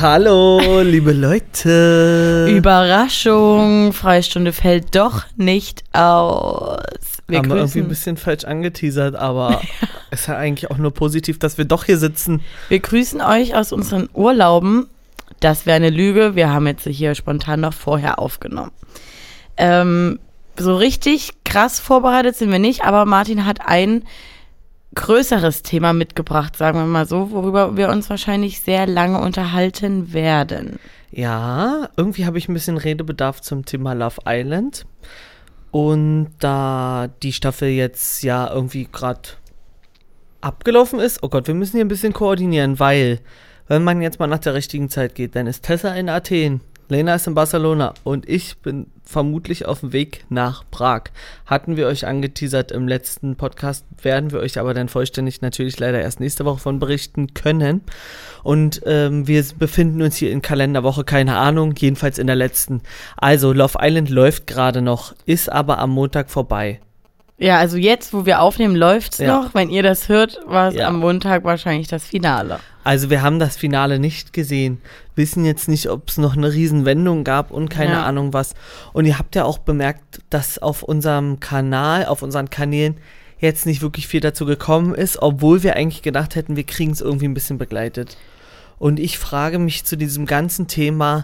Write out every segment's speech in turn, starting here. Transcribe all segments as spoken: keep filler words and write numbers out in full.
Hallo, liebe Leute. Überraschung, Freistunde fällt doch nicht aus. Wir haben grüßen. wir irgendwie ein bisschen falsch angeteasert, aber es ist ja eigentlich auch nur positiv, dass wir doch hier sitzen. Wir grüßen euch aus unseren Urlauben. Das wäre eine Lüge. Wir haben jetzt hier spontan noch vorher aufgenommen. Ähm, so richtig krass vorbereitet sind wir nicht, aber Martin hat ein größeres Thema mitgebracht, sagen wir mal so, worüber wir uns wahrscheinlich sehr lange unterhalten werden. Ja, irgendwie habe ich ein bisschen Redebedarf zum Thema Love Island. Und da die Staffel jetzt ja irgendwie gerade abgelaufen ist, oh Gott, wir müssen hier ein bisschen koordinieren, weil, wenn man jetzt mal nach der richtigen Zeit geht, dann ist Tessa in Athen, Lena ist in Barcelona und ich bin vermutlich auf dem Weg nach Prag. Hatten wir euch angeteasert im letzten Podcast, werden wir euch aber dann vollständig natürlich leider erst nächste Woche von berichten können. Und ähm, wir befinden uns hier in Kalenderwoche, keine Ahnung, jedenfalls in der letzten. Also Love Island läuft gerade noch, ist aber am Montag vorbei. Ja, also jetzt, wo wir aufnehmen, läuft's Ja. noch. Wenn ihr das hört, war es Ja. am Montag wahrscheinlich das Finale. Also wir haben das Finale nicht gesehen, wissen jetzt nicht, ob es noch eine Riesenwendung gab und keine Ja. Ahnung was. Und ihr habt ja auch bemerkt, dass auf unserem Kanal, auf unseren Kanälen jetzt nicht wirklich viel dazu gekommen ist, obwohl wir eigentlich gedacht hätten, wir kriegen es irgendwie ein bisschen begleitet. Und ich frage mich zu diesem ganzen Thema,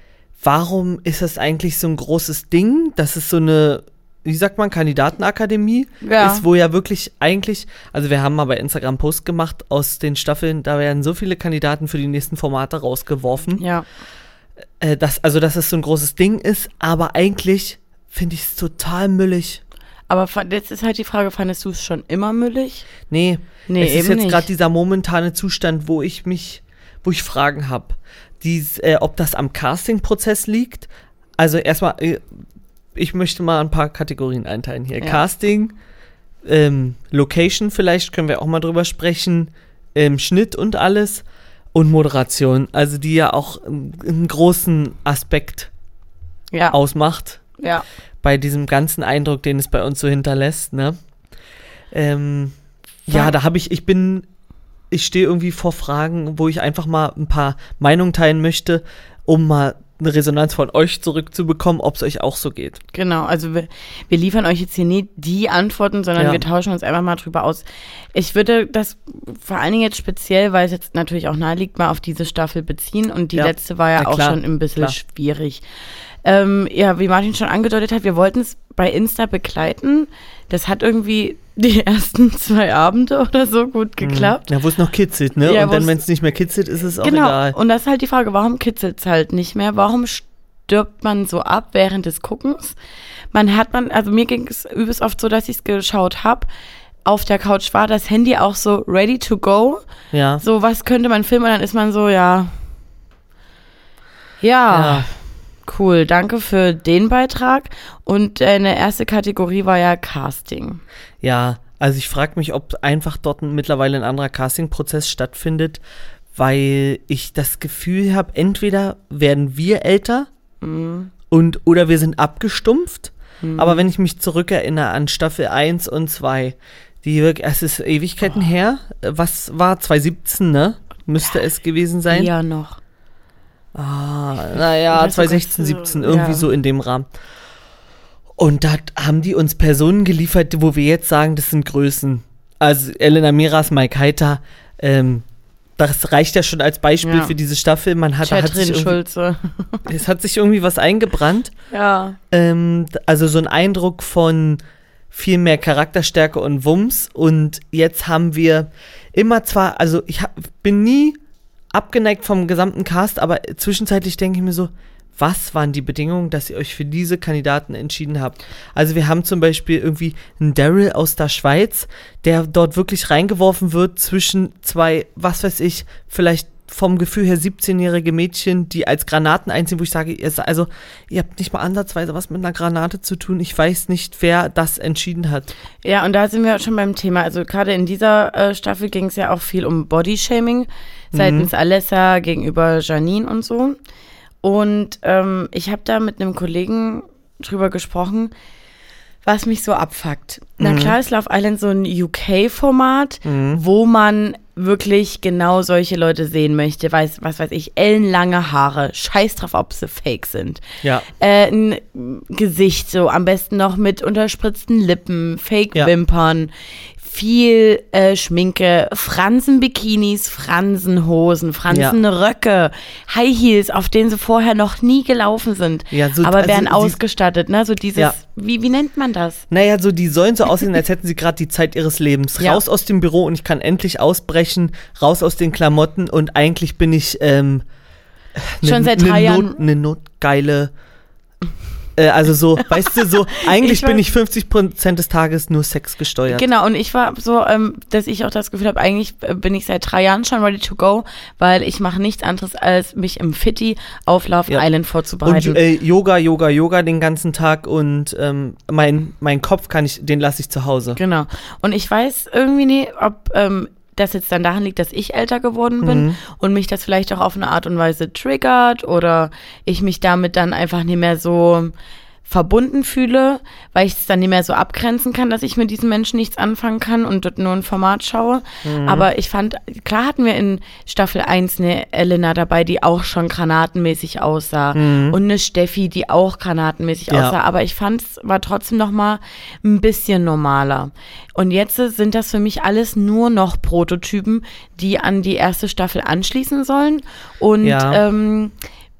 warum ist das eigentlich so ein großes Ding, dass es so eine, wie sagt man, Kandidatenakademie Ja. ist, wo ja wirklich eigentlich, also wir haben mal bei Instagram einen Post gemacht aus den Staffeln, da werden so viele Kandidaten für die nächsten Formate rausgeworfen, Ja. äh, dass, also dass es so ein großes Ding ist, aber eigentlich finde ich es total müllig. Aber fa- jetzt ist halt die Frage, fandest du es schon immer müllig? Nee, Nee, es ist eben jetzt nicht. gerade dieser momentane Zustand, wo ich mich, wo ich Fragen habe. Dies, äh, ob das am Casting-Prozess liegt. Also erstmal, äh, ich möchte mal ein paar Kategorien einteilen hier. Ja. Casting, ähm, Location vielleicht, können wir auch mal drüber sprechen, ähm, Schnitt und alles und Moderation, also die ja auch ähm, einen großen Aspekt Ja. ausmacht Ja. bei diesem ganzen Eindruck, den es bei uns so hinterlässt, ne? Ähm, ja, Ja. da habe ich, ich bin, ich stehe irgendwie vor Fragen, wo ich einfach mal ein paar Meinungen teilen möchte, um mal eine Resonanz von euch zurückzubekommen, ob es euch auch so geht. Genau, also wir, wir liefern euch jetzt hier nie die Antworten, sondern Ja. wir tauschen uns einfach mal drüber aus. Ich würde das vor allen Dingen jetzt speziell, weil es jetzt natürlich auch nahe liegt, mal auf diese Staffel beziehen und die Ja. letzte war ja Na auch klar, schon ein bisschen klar. schwierig. Ähm, ja, wie Martin schon angedeutet hat, wir wollten es bei Insta begleiten. Das hat irgendwie die ersten zwei Abende oder so gut geklappt. Ja, wo es noch kitzelt, ne? Ja, und dann, wo's- wenn es nicht mehr kitzelt, ist es auch Genau, egal. und das ist halt die Frage, warum kitzelt es halt nicht mehr? Warum stirbt man so ab während des Guckens? Man hat man, also mir ging es übelst oft so, dass ich es geschaut habe. Auf der Couch war das Handy auch so ready to go. Ja. So, was könnte man filmen? Und dann ist man so, ja. Ja, Ja. cool, danke für den Beitrag. Und eine erste Kategorie war ja Casting. Ja, also ich frage mich, ob einfach dort mittlerweile ein anderer Casting-Prozess stattfindet, weil ich das Gefühl habe, entweder werden wir älter Mhm. und oder wir sind abgestumpft, aber wenn ich mich zurückerinnere an Staffel eins und zwei, die wirklich, es ist Ewigkeiten her, was war zwanzig siebzehn, ne? Müsste es gewesen sein. Ja, noch. Ah, naja, Weiß sogar zwanzig sechzehn, so, siebzehn, irgendwie ja. so in dem Rahmen. Und da haben die uns Personen geliefert, wo wir jetzt sagen, das sind Größen. Also Elena Miras, Mike Heiter, ähm, das reicht ja schon als Beispiel Ja. für diese Staffel. Man hat, da hat sich Chatrin irgendwie, Schulze. es hat sich irgendwie was eingebrannt. Ja. Ähm, also so ein Eindruck von viel mehr Charakterstärke und Wumms. Und jetzt haben wir immer zwar, also ich hab, bin nie abgeneigt vom gesamten Cast, aber zwischenzeitlich denke ich mir so, was waren die Bedingungen, dass ihr euch für diese Kandidaten entschieden habt? Also wir haben zum Beispiel irgendwie einen Daryl aus der Schweiz, der dort wirklich reingeworfen wird zwischen zwei, was weiß ich, vielleicht vom Gefühl her siebzehnjährige Mädchen, die als Granaten einziehen, wo ich sage, ihr, also ihr habt nicht mal ansatzweise was mit einer Granate zu tun. Ich weiß nicht, wer das entschieden hat. Ja, und da sind wir schon beim Thema. Also gerade in dieser äh, Staffel ging es ja auch viel um Bodyshaming seitens Alessa gegenüber Janine und so. Und ähm, ich habe da mit einem Kollegen drüber gesprochen, was mich so abfuckt. Na Mhm. klar ist Love Island so ein U K-Format, Mhm. wo man wirklich genau solche Leute sehen möchte, weiß, was weiß ich, ellenlange Haare, scheiß drauf, ob sie fake sind. Ja. Äh, ein Gesicht, so am besten noch mit unterspritzten Lippen, Fake-Wimpern, ja. viel äh, Schminke, Fransen-Bikinis, Fransenhosen, Fransenröcke, High Heels, auf denen sie vorher noch nie gelaufen sind, ja, so, aber werden also, ausgestattet, ne, so dieses, ja. wie, wie nennt man das? Naja, so die sollen so aussehen, als hätten sie gerade die Zeit ihres Lebens. Ja. Raus aus dem Büro und ich kann endlich ausbrechen, raus aus den Klamotten und eigentlich bin ich ähm, schon ne, seit drei ne Jahren Not, eine notgeile also so, weißt du, so, eigentlich ich bin ich fünfzig Prozent des Tages nur Sex gesteuert. Genau, und ich war so, ähm, dass ich auch das Gefühl habe, eigentlich bin ich seit drei Jahren schon ready to go, weil ich mache nichts anderes, als mich im Fitti auf Love ja. Island vorzubereiten. Und äh, Yoga, Yoga, Yoga den ganzen Tag und ähm, mein, mein Kopf kann ich, den lasse ich zu Hause. Genau, und ich weiß irgendwie nie, ob ähm, das jetzt dann daran liegt, dass ich älter geworden bin mhm. und mich das vielleicht auch auf eine Art und Weise triggert oder ich mich damit dann einfach nicht mehr so verbunden fühle, weil ich es dann nicht mehr so abgrenzen kann, dass ich mit diesen Menschen nichts anfangen kann und dort nur ein Format schaue. Mhm. Aber ich fand, klar hatten wir in Staffel eins eine Elena dabei, die auch schon granatenmäßig aussah mhm. und eine Steffi, die auch granatenmäßig ja. aussah. Aber ich fand, es war trotzdem noch mal ein bisschen normaler. Und jetzt sind das für mich alles nur noch Prototypen, die an die erste Staffel anschließen sollen und ja. ähm,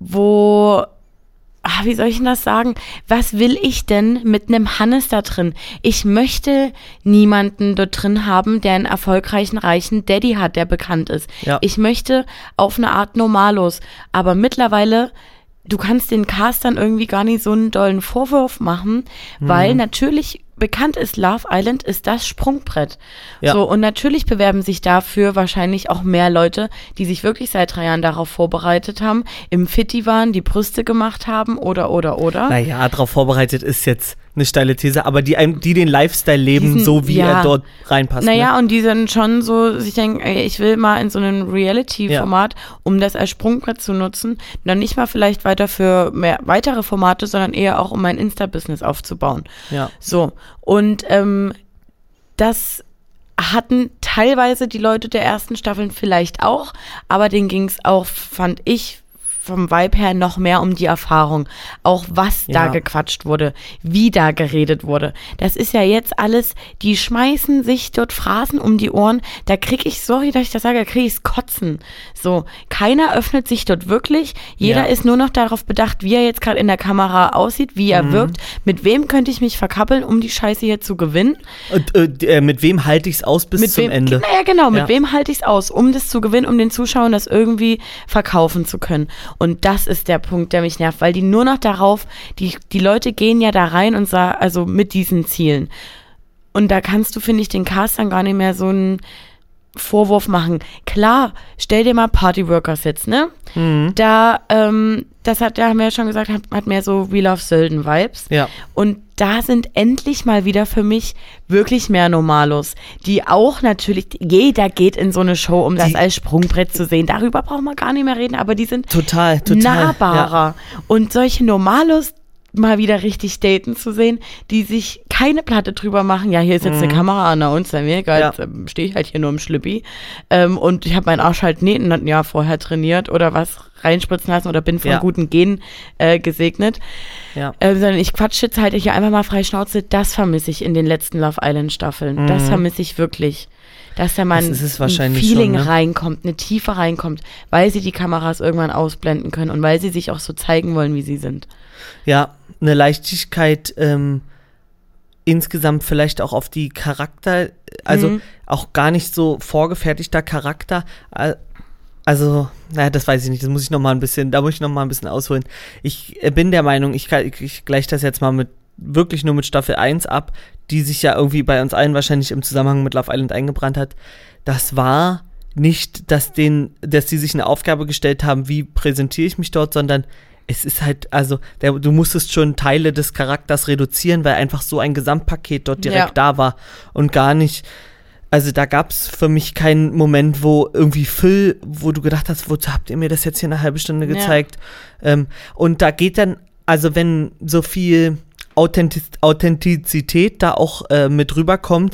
wo Ach, wie soll ich denn das sagen? Was will ich denn mit einem Hannes da drin? Ich möchte niemanden dort drin haben, der einen erfolgreichen, reichen Daddy hat, der bekannt ist. Ja. Ich möchte auf eine Art Normalos. Aber mittlerweile, du kannst den Castern irgendwie gar nicht so einen dollen Vorwurf machen, mhm. weil natürlich bekannt ist, Love Island ist das Sprungbrett. Ja. So, und natürlich bewerben sich dafür wahrscheinlich auch mehr Leute, die sich wirklich seit drei Jahren darauf vorbereitet haben, im Fitti waren, die Brüste gemacht haben oder, oder, oder. Naja, darauf vorbereitet ist jetzt eine steile These, aber die, die den Lifestyle leben, Diesen, so wie ja. er dort reinpasst. Naja, ne? und die sind schon so, sich denken, ey, ich will mal in so einem Reality-Format, ja. um das als Sprungbrett zu nutzen, dann nicht mal vielleicht weiter für mehr weitere Formate, sondern eher auch, um mein Insta-Business aufzubauen. Ja. So, und ähm, das hatten teilweise die Leute der ersten Staffeln vielleicht auch, aber denen ging es auch, fand ich, vom Vibe her noch mehr um die Erfahrung. Auch was ja. da gequatscht wurde, wie da geredet wurde. Das ist ja jetzt alles, die schmeißen sich dort Phrasen um die Ohren. Da krieg ich, sorry, dass ich das sage, da krieg ich's kotzen. So, keiner öffnet sich dort wirklich. Jeder ja. ist nur noch darauf bedacht, wie er jetzt gerade in der Kamera aussieht, wie er mhm. wirkt. Mit wem könnte ich mich verkappeln, um die Scheiße hier zu gewinnen? Und äh, mit wem halte ich's aus bis mit zum wem, Ende? Naja, genau, mit ja. wem halte ich's aus, um das zu gewinnen, um den Zuschauern das irgendwie verkaufen zu können. Und das ist der Punkt, der mich nervt, weil die nur noch darauf, die, die Leute gehen ja da rein und sagen, also mit diesen Zielen. Und da kannst du, finde ich, den Castern gar nicht mehr so einen Vorwurf machen. Klar, stell dir mal Partyworkers jetzt, ne? Mhm. Da, ähm, das hat, da haben wir ja schon gesagt, hat, hat mehr so We Love Sölden-Vibes. Ja. Und da sind endlich mal wieder für mich wirklich mehr Normalos, die auch natürlich, jeder geht in so eine Show, um das die, als Sprungbrett zu sehen. Darüber brauchen wir gar nicht mehr reden, aber die sind total, total nahbarer. Ja. Und solche Normalos mal wieder richtig daten zu sehen, die sich keine Platte drüber machen, ja, hier ist jetzt mhm. eine Kamera an uns, dann mir egal, ja. jetzt stehe ich halt hier nur im Schlüppi ähm, und ich habe meinen Arsch halt nicht ein Jahr vorher trainiert oder was reinspritzen lassen oder bin von ja. guten Genen äh, gesegnet, ja. ähm, sondern ich quatsche jetzt halt hier einfach mal frei Schnauze, das vermisse ich in den letzten Love Island Staffeln, mhm. das vermisse ich wirklich. Dass da mal ein, ein Feeling schon, ne? reinkommt, eine Tiefe reinkommt, weil sie die Kameras irgendwann ausblenden können und weil sie sich auch so zeigen wollen, wie sie sind. Ja, eine Leichtigkeit ähm, insgesamt vielleicht auch auf die Charakter, also mhm. auch gar nicht so vorgefertigter Charakter, also, naja, das weiß ich nicht, das muss ich noch mal ein bisschen, da muss ich noch mal ein bisschen ausholen. Ich bin der Meinung, ich, ich, ich gleiche das jetzt mal mit, wirklich nur mit Staffel eins ab, die sich ja irgendwie bei uns allen wahrscheinlich im Zusammenhang mit Love Island eingebrannt hat. Das war nicht, dass, den, dass die sich eine Aufgabe gestellt haben, wie präsentiere ich mich dort, sondern es ist halt, also der, du musstest schon Teile des Charakters reduzieren, weil einfach so ein Gesamtpaket dort direkt ja. da war und gar nicht, also da gab es für mich keinen Moment, wo irgendwie Phil, wo du gedacht hast, wozu habt ihr mir das jetzt hier eine halbe Stunde gezeigt? Ja. Ähm, und da geht dann, also wenn so viel Authentiz- Authentizität da auch äh, mit rüberkommt,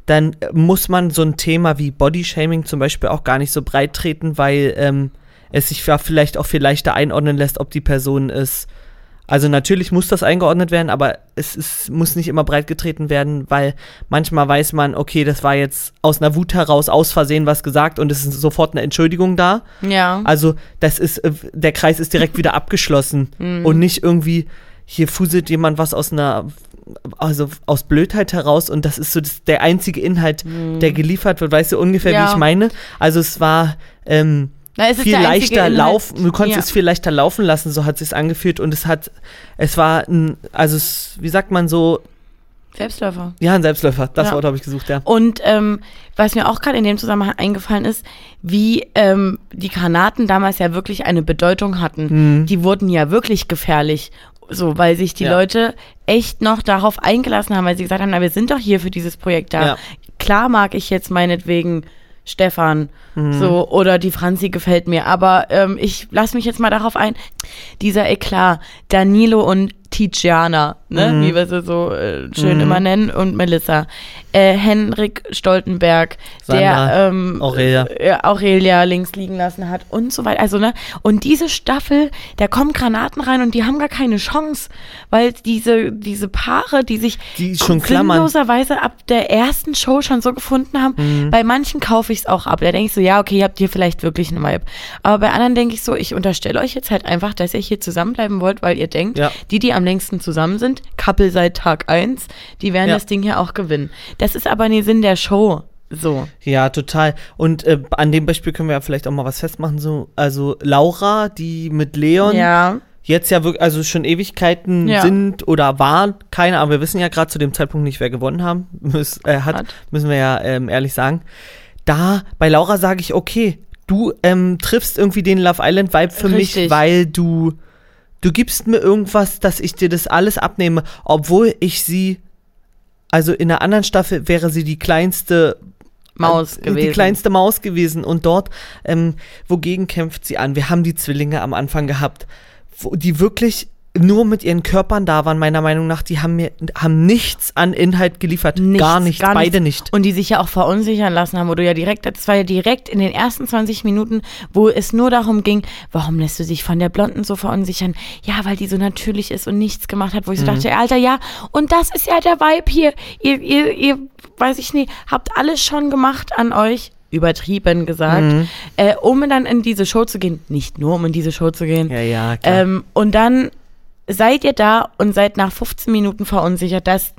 dann muss man so ein Thema wie Bodyshaming zum Beispiel auch gar nicht so breit treten, weil ähm, es sich vielleicht auch viel leichter einordnen lässt, ob die Person ist. Also natürlich muss das eingeordnet werden, aber es ist, muss nicht immer breit getreten werden, weil manchmal weiß man, okay, das war jetzt aus einer Wut heraus aus Versehen was gesagt und es ist sofort eine Entschuldigung da. Ja. Also das ist, der Kreis ist direkt wieder abgeschlossen Mhm. und nicht irgendwie, hier fuselt jemand was aus einer, also aus Blödheit heraus und das ist so das, der einzige Inhalt, Mhm. der geliefert wird. Weißt du ungefähr, Ja. wie ich meine? Also es war, ähm, Na, es ist viel der einzige leichter Inhalt. laufen, du konntest Ja. es viel leichter laufen lassen, so hat es sich angefühlt und es hat, es war ein, also es, wie sagt man so, Selbstläufer. ja, ein Selbstläufer, das Ja. Wort habe ich gesucht, ja. Und ähm, was mir auch gerade in dem Zusammenhang eingefallen ist, wie ähm, die Granaten damals ja wirklich eine Bedeutung hatten. Mhm. Die wurden ja wirklich gefährlich. So, weil sich die Ja. Leute echt noch darauf eingelassen haben, weil sie gesagt haben, na, wir sind doch hier für dieses Projekt da. Ja. Klar mag ich jetzt meinetwegen Stefan, Mhm. so, oder die Franzi gefällt mir, aber ähm, ich lasse mich jetzt mal darauf ein, dieser Eklat, Danilo und Tiziana, ne, Mhm. wie wir sie so äh, schön Mhm. immer nennen, und Melissa, äh, Henrik Stoltenberg, Sandra, der ähm, Aurelia. äh, Aurelia links liegen lassen hat und so weiter, also ne, und diese Staffel, da kommen Granaten rein und die haben gar keine Chance, weil diese, diese Paare, die sich Die schon klammern. sinnloserweise ab der ersten Show schon so gefunden haben, Mhm. bei manchen kaufe ich es auch ab, da denke ich so, ja, okay, ihr habt hier vielleicht wirklich einen Vibe, aber bei anderen denke ich so, ich unterstelle euch jetzt halt einfach, dass ihr hier zusammenbleiben wollt, weil ihr denkt, Ja. die, die am längsten zusammen sind, Couple seit Tag eins, die werden Ja. das Ding hier auch gewinnen. Das ist aber nicht Sinn der Show. So. Ja, total. Und äh, an dem Beispiel können wir ja vielleicht auch mal was festmachen. So, also Laura, die mit Leon Ja. jetzt ja wirklich, also schon Ewigkeiten Ja. sind oder waren, keine, aber wir wissen ja gerade zu dem Zeitpunkt nicht, wer gewonnen haben, müß, äh, hat, Hat. müssen wir ja ähm, ehrlich sagen. Da, bei Laura sage ich, okay, du ähm, triffst irgendwie den Love Island Vibe für mich, Richtig. weil du, du gibst mir irgendwas, dass ich dir das alles abnehme, obwohl ich sie, also in einer anderen Staffel wäre sie die kleinste Maus äh, gewesen. Die kleinste Maus gewesen. Und dort, ähm, wogegen kämpft sie an? Wir haben die Zwillinge am Anfang gehabt, wo die wirklich nur mit ihren Körpern da waren, meiner Meinung nach. Die haben mir haben nichts an Inhalt geliefert. Nichts, gar nichts, gar beide nichts. nicht. Und die sich ja auch verunsichern lassen haben, wo du ja direkt, das war ja direkt in den ersten zwanzig Minuten, wo es nur darum ging, warum lässt du dich von der Blonden so verunsichern? Ja, weil die so natürlich ist und nichts gemacht hat, wo ich so Mhm. dachte, Alter, ja, und das ist ja der Vibe hier. Ihr, ihr, ihr, weiß ich nicht, habt alles schon gemacht an euch. Übertrieben gesagt, Mhm. äh, um dann in diese Show zu gehen, nicht nur um in diese Show zu gehen, Ja, ja, klar. ähm, und dann seid ihr da und seid nach fünfzehn Minuten verunsichert. Das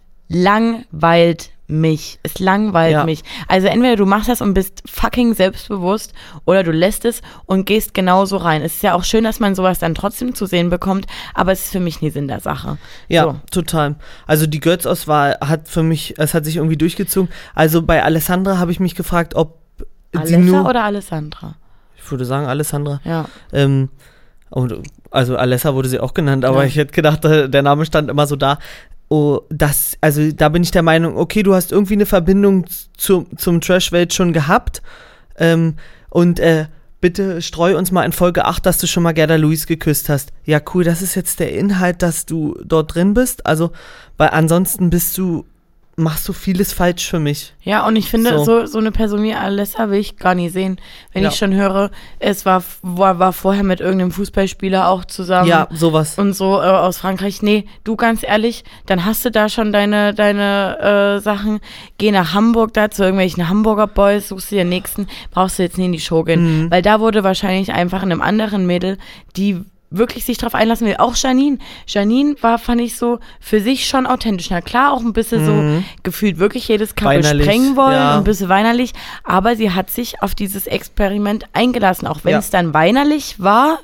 langweilt mich. Es langweilt Ja. mich. Also entweder du machst das und bist fucking selbstbewusst oder du lässt es und gehst genauso rein. Es ist ja auch schön, dass man sowas dann trotzdem zu sehen bekommt, aber es ist für mich nie Sinn der Sache. Ja, So. total. Also die Girls-Auswahl hat für mich, es hat sich irgendwie durchgezogen. Also bei Alessandra habe ich mich gefragt, ob sie Alessa nur, oder Alessandra? ich würde sagen Alessandra, Ja. ähm, und, also Alessa wurde sie auch genannt, aber Ja. ich hätte gedacht, der der Name stand immer so da. Oh, das, also da bin ich der Meinung, okay, du hast irgendwie eine Verbindung zu, zum Trash-Welt schon gehabt, ähm, und äh, bitte streu uns mal in Folge acht, dass du schon mal Gerda Louise geküsst hast. Ja, cool, das ist jetzt der Inhalt, dass du dort drin bist, also, weil ansonsten bist du, machst du vieles falsch für mich. Ja, und ich finde, So. so, so eine Person wie Alessa will ich gar nicht sehen. Wenn Ja. ich schon höre, es war, war, war vorher mit irgendeinem Fußballspieler auch zusammen. Ja, sowas. Und so äh, aus Frankreich. Nee, du ganz ehrlich, dann hast du da schon deine, deine äh, Sachen. Geh nach Hamburg da zu irgendwelchen Hamburger Boys, suchst dir den nächsten, brauchst du jetzt nie in die Show gehen. Mhm. Weil da wurde wahrscheinlich einfach einem anderen Mädel, die wirklich sich drauf einlassen will. Auch Janine. Janine war, fand ich so, für sich schon authentisch. Na klar, auch ein bisschen Mhm. so gefühlt wirklich jedes Couple Weinerlich, sprengen wollen, ja. ein bisschen weinerlich. Aber sie hat sich auf dieses Experiment eingelassen. Auch wenn Ja. es dann weinerlich war,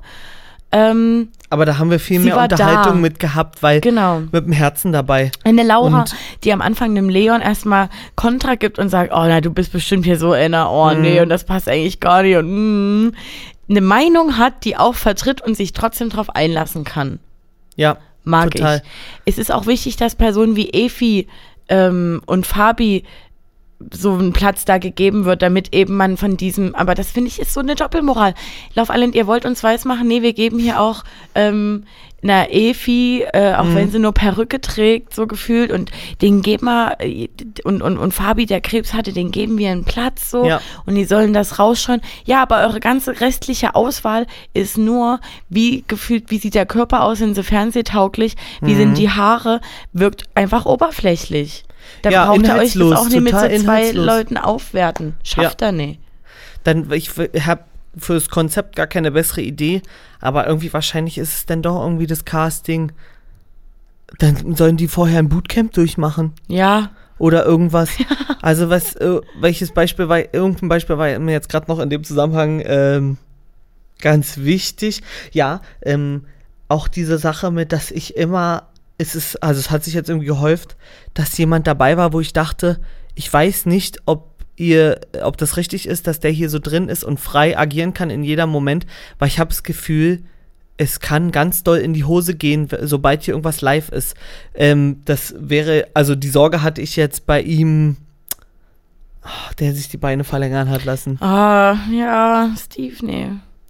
ähm, Aber da haben wir viel Sie mehr war Unterhaltung da. mit gehabt, weil genau. mit dem Herzen dabei. Eine Laura, Und- die am Anfang dem Leon erstmal Kontra gibt und sagt, oh na, du bist bestimmt hier so einer, oh Mhm. nee, und das passt eigentlich gar nicht und mm, eine Meinung hat, die auch vertritt und sich trotzdem drauf einlassen kann. Ja, Mag total. ich. Es ist auch wichtig, dass Personen wie Efi ähm, und Fabi so ein Platz da gegeben wird, damit eben man von diesem, aber das finde ich ist so eine Doppelmoral. Love Island, ihr wollt uns weismachen, nee, wir geben hier auch ähm, einer Efi, äh, auch Mhm. wenn sie nur Perücke trägt, so gefühlt, und den geben wir, äh, und, und, und Fabi, der Krebs hatte, den geben wir einen Platz, so, Ja. und die sollen das rausschauen. Ja, aber eure ganze restliche Auswahl ist nur, wie gefühlt, wie sieht der Körper aus, sind sie fernsehtauglich, wie Mhm. sind die Haare, wirkt einfach oberflächlich. Da Ja, braucht ihr euch das inhaltslos, auch nicht mit so total zwei inhaltslos. Leuten aufwerten. Schafft er nicht. Dann, ich habe fürs Konzept gar keine bessere Idee, aber irgendwie wahrscheinlich ist es dann doch irgendwie das Casting. Dann sollen die vorher ein Bootcamp durchmachen Ja. oder irgendwas. Also was, äh, welches Beispiel war, irgendein Beispiel war mir jetzt gerade noch in dem Zusammenhang ähm, ganz wichtig. Ja, ähm, auch diese Sache mit, dass ich immer, es ist, also es hat sich jetzt irgendwie gehäuft, dass jemand dabei war, wo ich dachte, ich weiß nicht, ob ihr, ob das richtig ist, dass der hier so drin ist und frei agieren kann in jedem Moment, weil ich habe das Gefühl, es kann ganz doll in die Hose gehen, sobald hier irgendwas live ist. Ähm, das wäre, also die Sorge hatte ich jetzt bei ihm, oh, der sich die Beine verlängern hat lassen. Ah, ja, Steve, nee.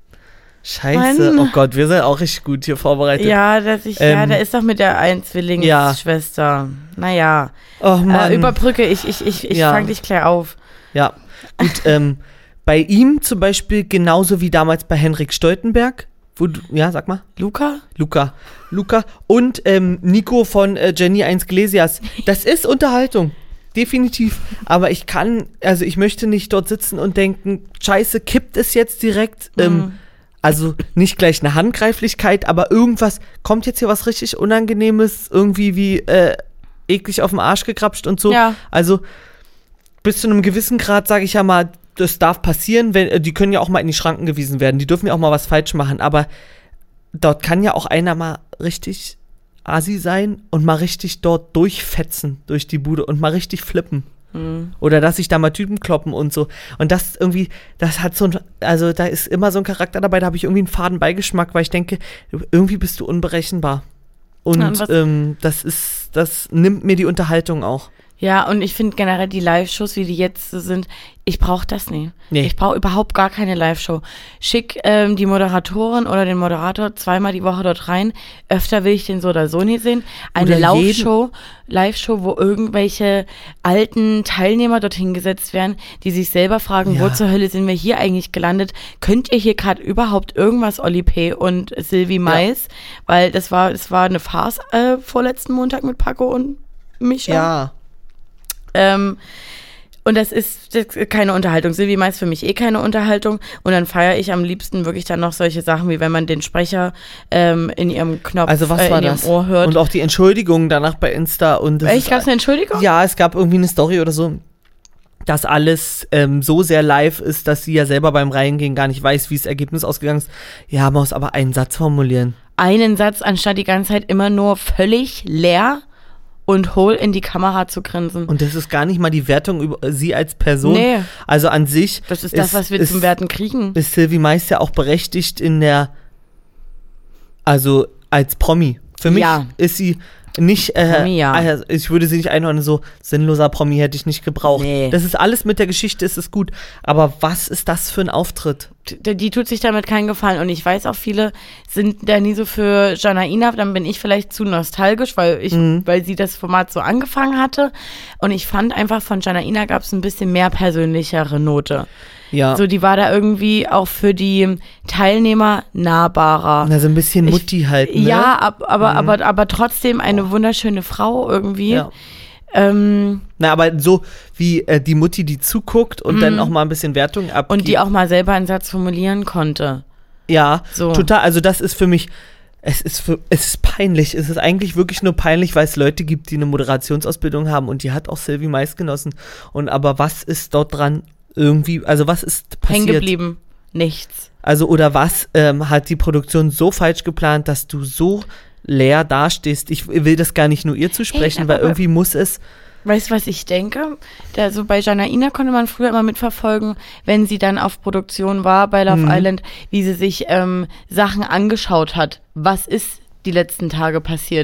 Scheiße, Mann. oh Gott, wir sind auch richtig gut hier vorbereitet. Ja, dass ich, ja, Ähm, der ist doch mit der Einzwillingsschwester. Naja. Oh Mann. Äh, überbrücke, ich, ich, ich, ich Ja. fang dich gleich auf. Ja, gut, ähm, bei ihm zum Beispiel genauso wie damals bei Henrik Stoltenberg, wo du, ja, sag mal. Luca? Luca. Luca und ähm, Nico von äh, Jenny eins Glesias. Das ist Unterhaltung. Definitiv. Aber ich kann, also ich möchte nicht dort sitzen und denken, scheiße, kippt es jetzt direkt? Mhm. Ähm, also nicht gleich eine Handgreiflichkeit, aber irgendwas, kommt jetzt hier was richtig Unangenehmes, irgendwie wie äh, eklig auf den Arsch gekrapscht und so. Ja. Also bis zu einem gewissen Grad, sage ich ja mal, das darf passieren, wenn, äh, die können ja auch mal in die Schranken gewiesen werden, die dürfen ja auch mal was falsch machen, aber dort kann ja auch einer mal richtig assi sein und mal richtig dort durchfetzen durch die Bude und mal richtig flippen. Mhm. Oder dass sich da mal Typen kloppen und so. Und das irgendwie, das hat so ein, also da ist immer so ein Charakter dabei, da habe ich irgendwie einen faden Beigeschmack, weil ich denke, irgendwie bist du unberechenbar. Und Ja, und was- ähm, das ist, das nimmt mir die Unterhaltung auch. Ja, und ich finde generell die Live-Shows, wie die jetzt so sind, ich brauche das nie. Nee. Ich brauche überhaupt gar keine Live-Show. Schick ähm, die Moderatorin oder den Moderator zweimal die Woche dort rein. Öfter will ich den so oder so nie sehen. Eine Oder Laufshow, Live-Show, wo irgendwelche alten Teilnehmer dorthin gesetzt werden, die sich selber fragen, Ja. wo zur Hölle sind wir hier eigentlich gelandet? Könnt ihr hier gerade überhaupt irgendwas, Oli P. und Silvi Mais? Weil das war, das war eine Farce äh, vorletzten Montag mit Paco und Micha. Ja. Ähm, und das ist, das ist keine Unterhaltung. Silvi Mais für mich eh keine Unterhaltung. Und dann feiere ich am liebsten wirklich dann noch solche Sachen, wie wenn man den Sprecher ähm, in ihrem Knopf, Also was äh, war in das? ihrem Ohr hört. Und auch die Entschuldigung danach bei Insta und das Echt, ist- gab es eine Entschuldigung? Ja, es gab irgendwie eine Story oder so, dass alles ähm, so sehr live ist, dass sie ja selber beim Reingehen gar nicht weiß, wie das Ergebnis ausgegangen ist. Ja, man muss aber einen Satz formulieren. Einen Satz, anstatt die ganze Zeit immer nur völlig leer und hohl in die Kamera zu grinsen. Und das ist gar nicht mal die Wertung über sie als Person. Nee. Also an sich Das ist das, was wir ist, zum Werten kriegen. ist Silvi Mais ja auch berechtigt in der, also als Promi. Für mich Ja. ist sie nicht, äh, Promi, ja. also ich würde sie nicht einordnen, so sinnloser Promi hätte ich nicht gebraucht. Nee. Das ist alles mit der Geschichte, ist es gut. Aber was ist das für ein Auftritt? Die, die tut sich damit keinen Gefallen. Und ich weiß auch, viele sind da nie so für Janaina. Dann bin ich vielleicht zu nostalgisch, weil ich, Mhm. weil sie das Format so angefangen hatte. Und ich fand einfach, von Janaina gab es ein bisschen mehr persönlichere Note. Ja, So, die war da irgendwie auch für die Teilnehmer nahbarer. also ein bisschen Ich- Mutti halt, ne? Ja, ab, aber, aber, aber trotzdem eine wunderschöne Frau irgendwie. Ja. Ähm, Na, aber so wie äh, die Mutti, die zuguckt und dann auch mal ein bisschen Wertung abgibt. und die auch mal selber einen Satz formulieren konnte. Ja, So. total. Also das ist für mich, es ist, für, es ist peinlich. Es ist eigentlich wirklich nur peinlich, weil es Leute gibt, die eine Moderationsausbildung haben und die hat auch Silvi Mais genossen. Und aber was ist dort dran irgendwie, also was ist Hängen passiert? geblieben. Nichts. Also oder was ähm, hat die Produktion so falsch geplant, dass du so leer dastehst? Ich will das gar nicht nur ihr zu sprechen, aber- weil irgendwie muss es, Weißt du, was ich denke? Da, so bei Janaina konnte man früher immer mitverfolgen, wenn sie dann auf Produktion war bei Love Mhm. Island, wie sie sich ähm, Sachen angeschaut hat. Was ist die letzten Tage passiert?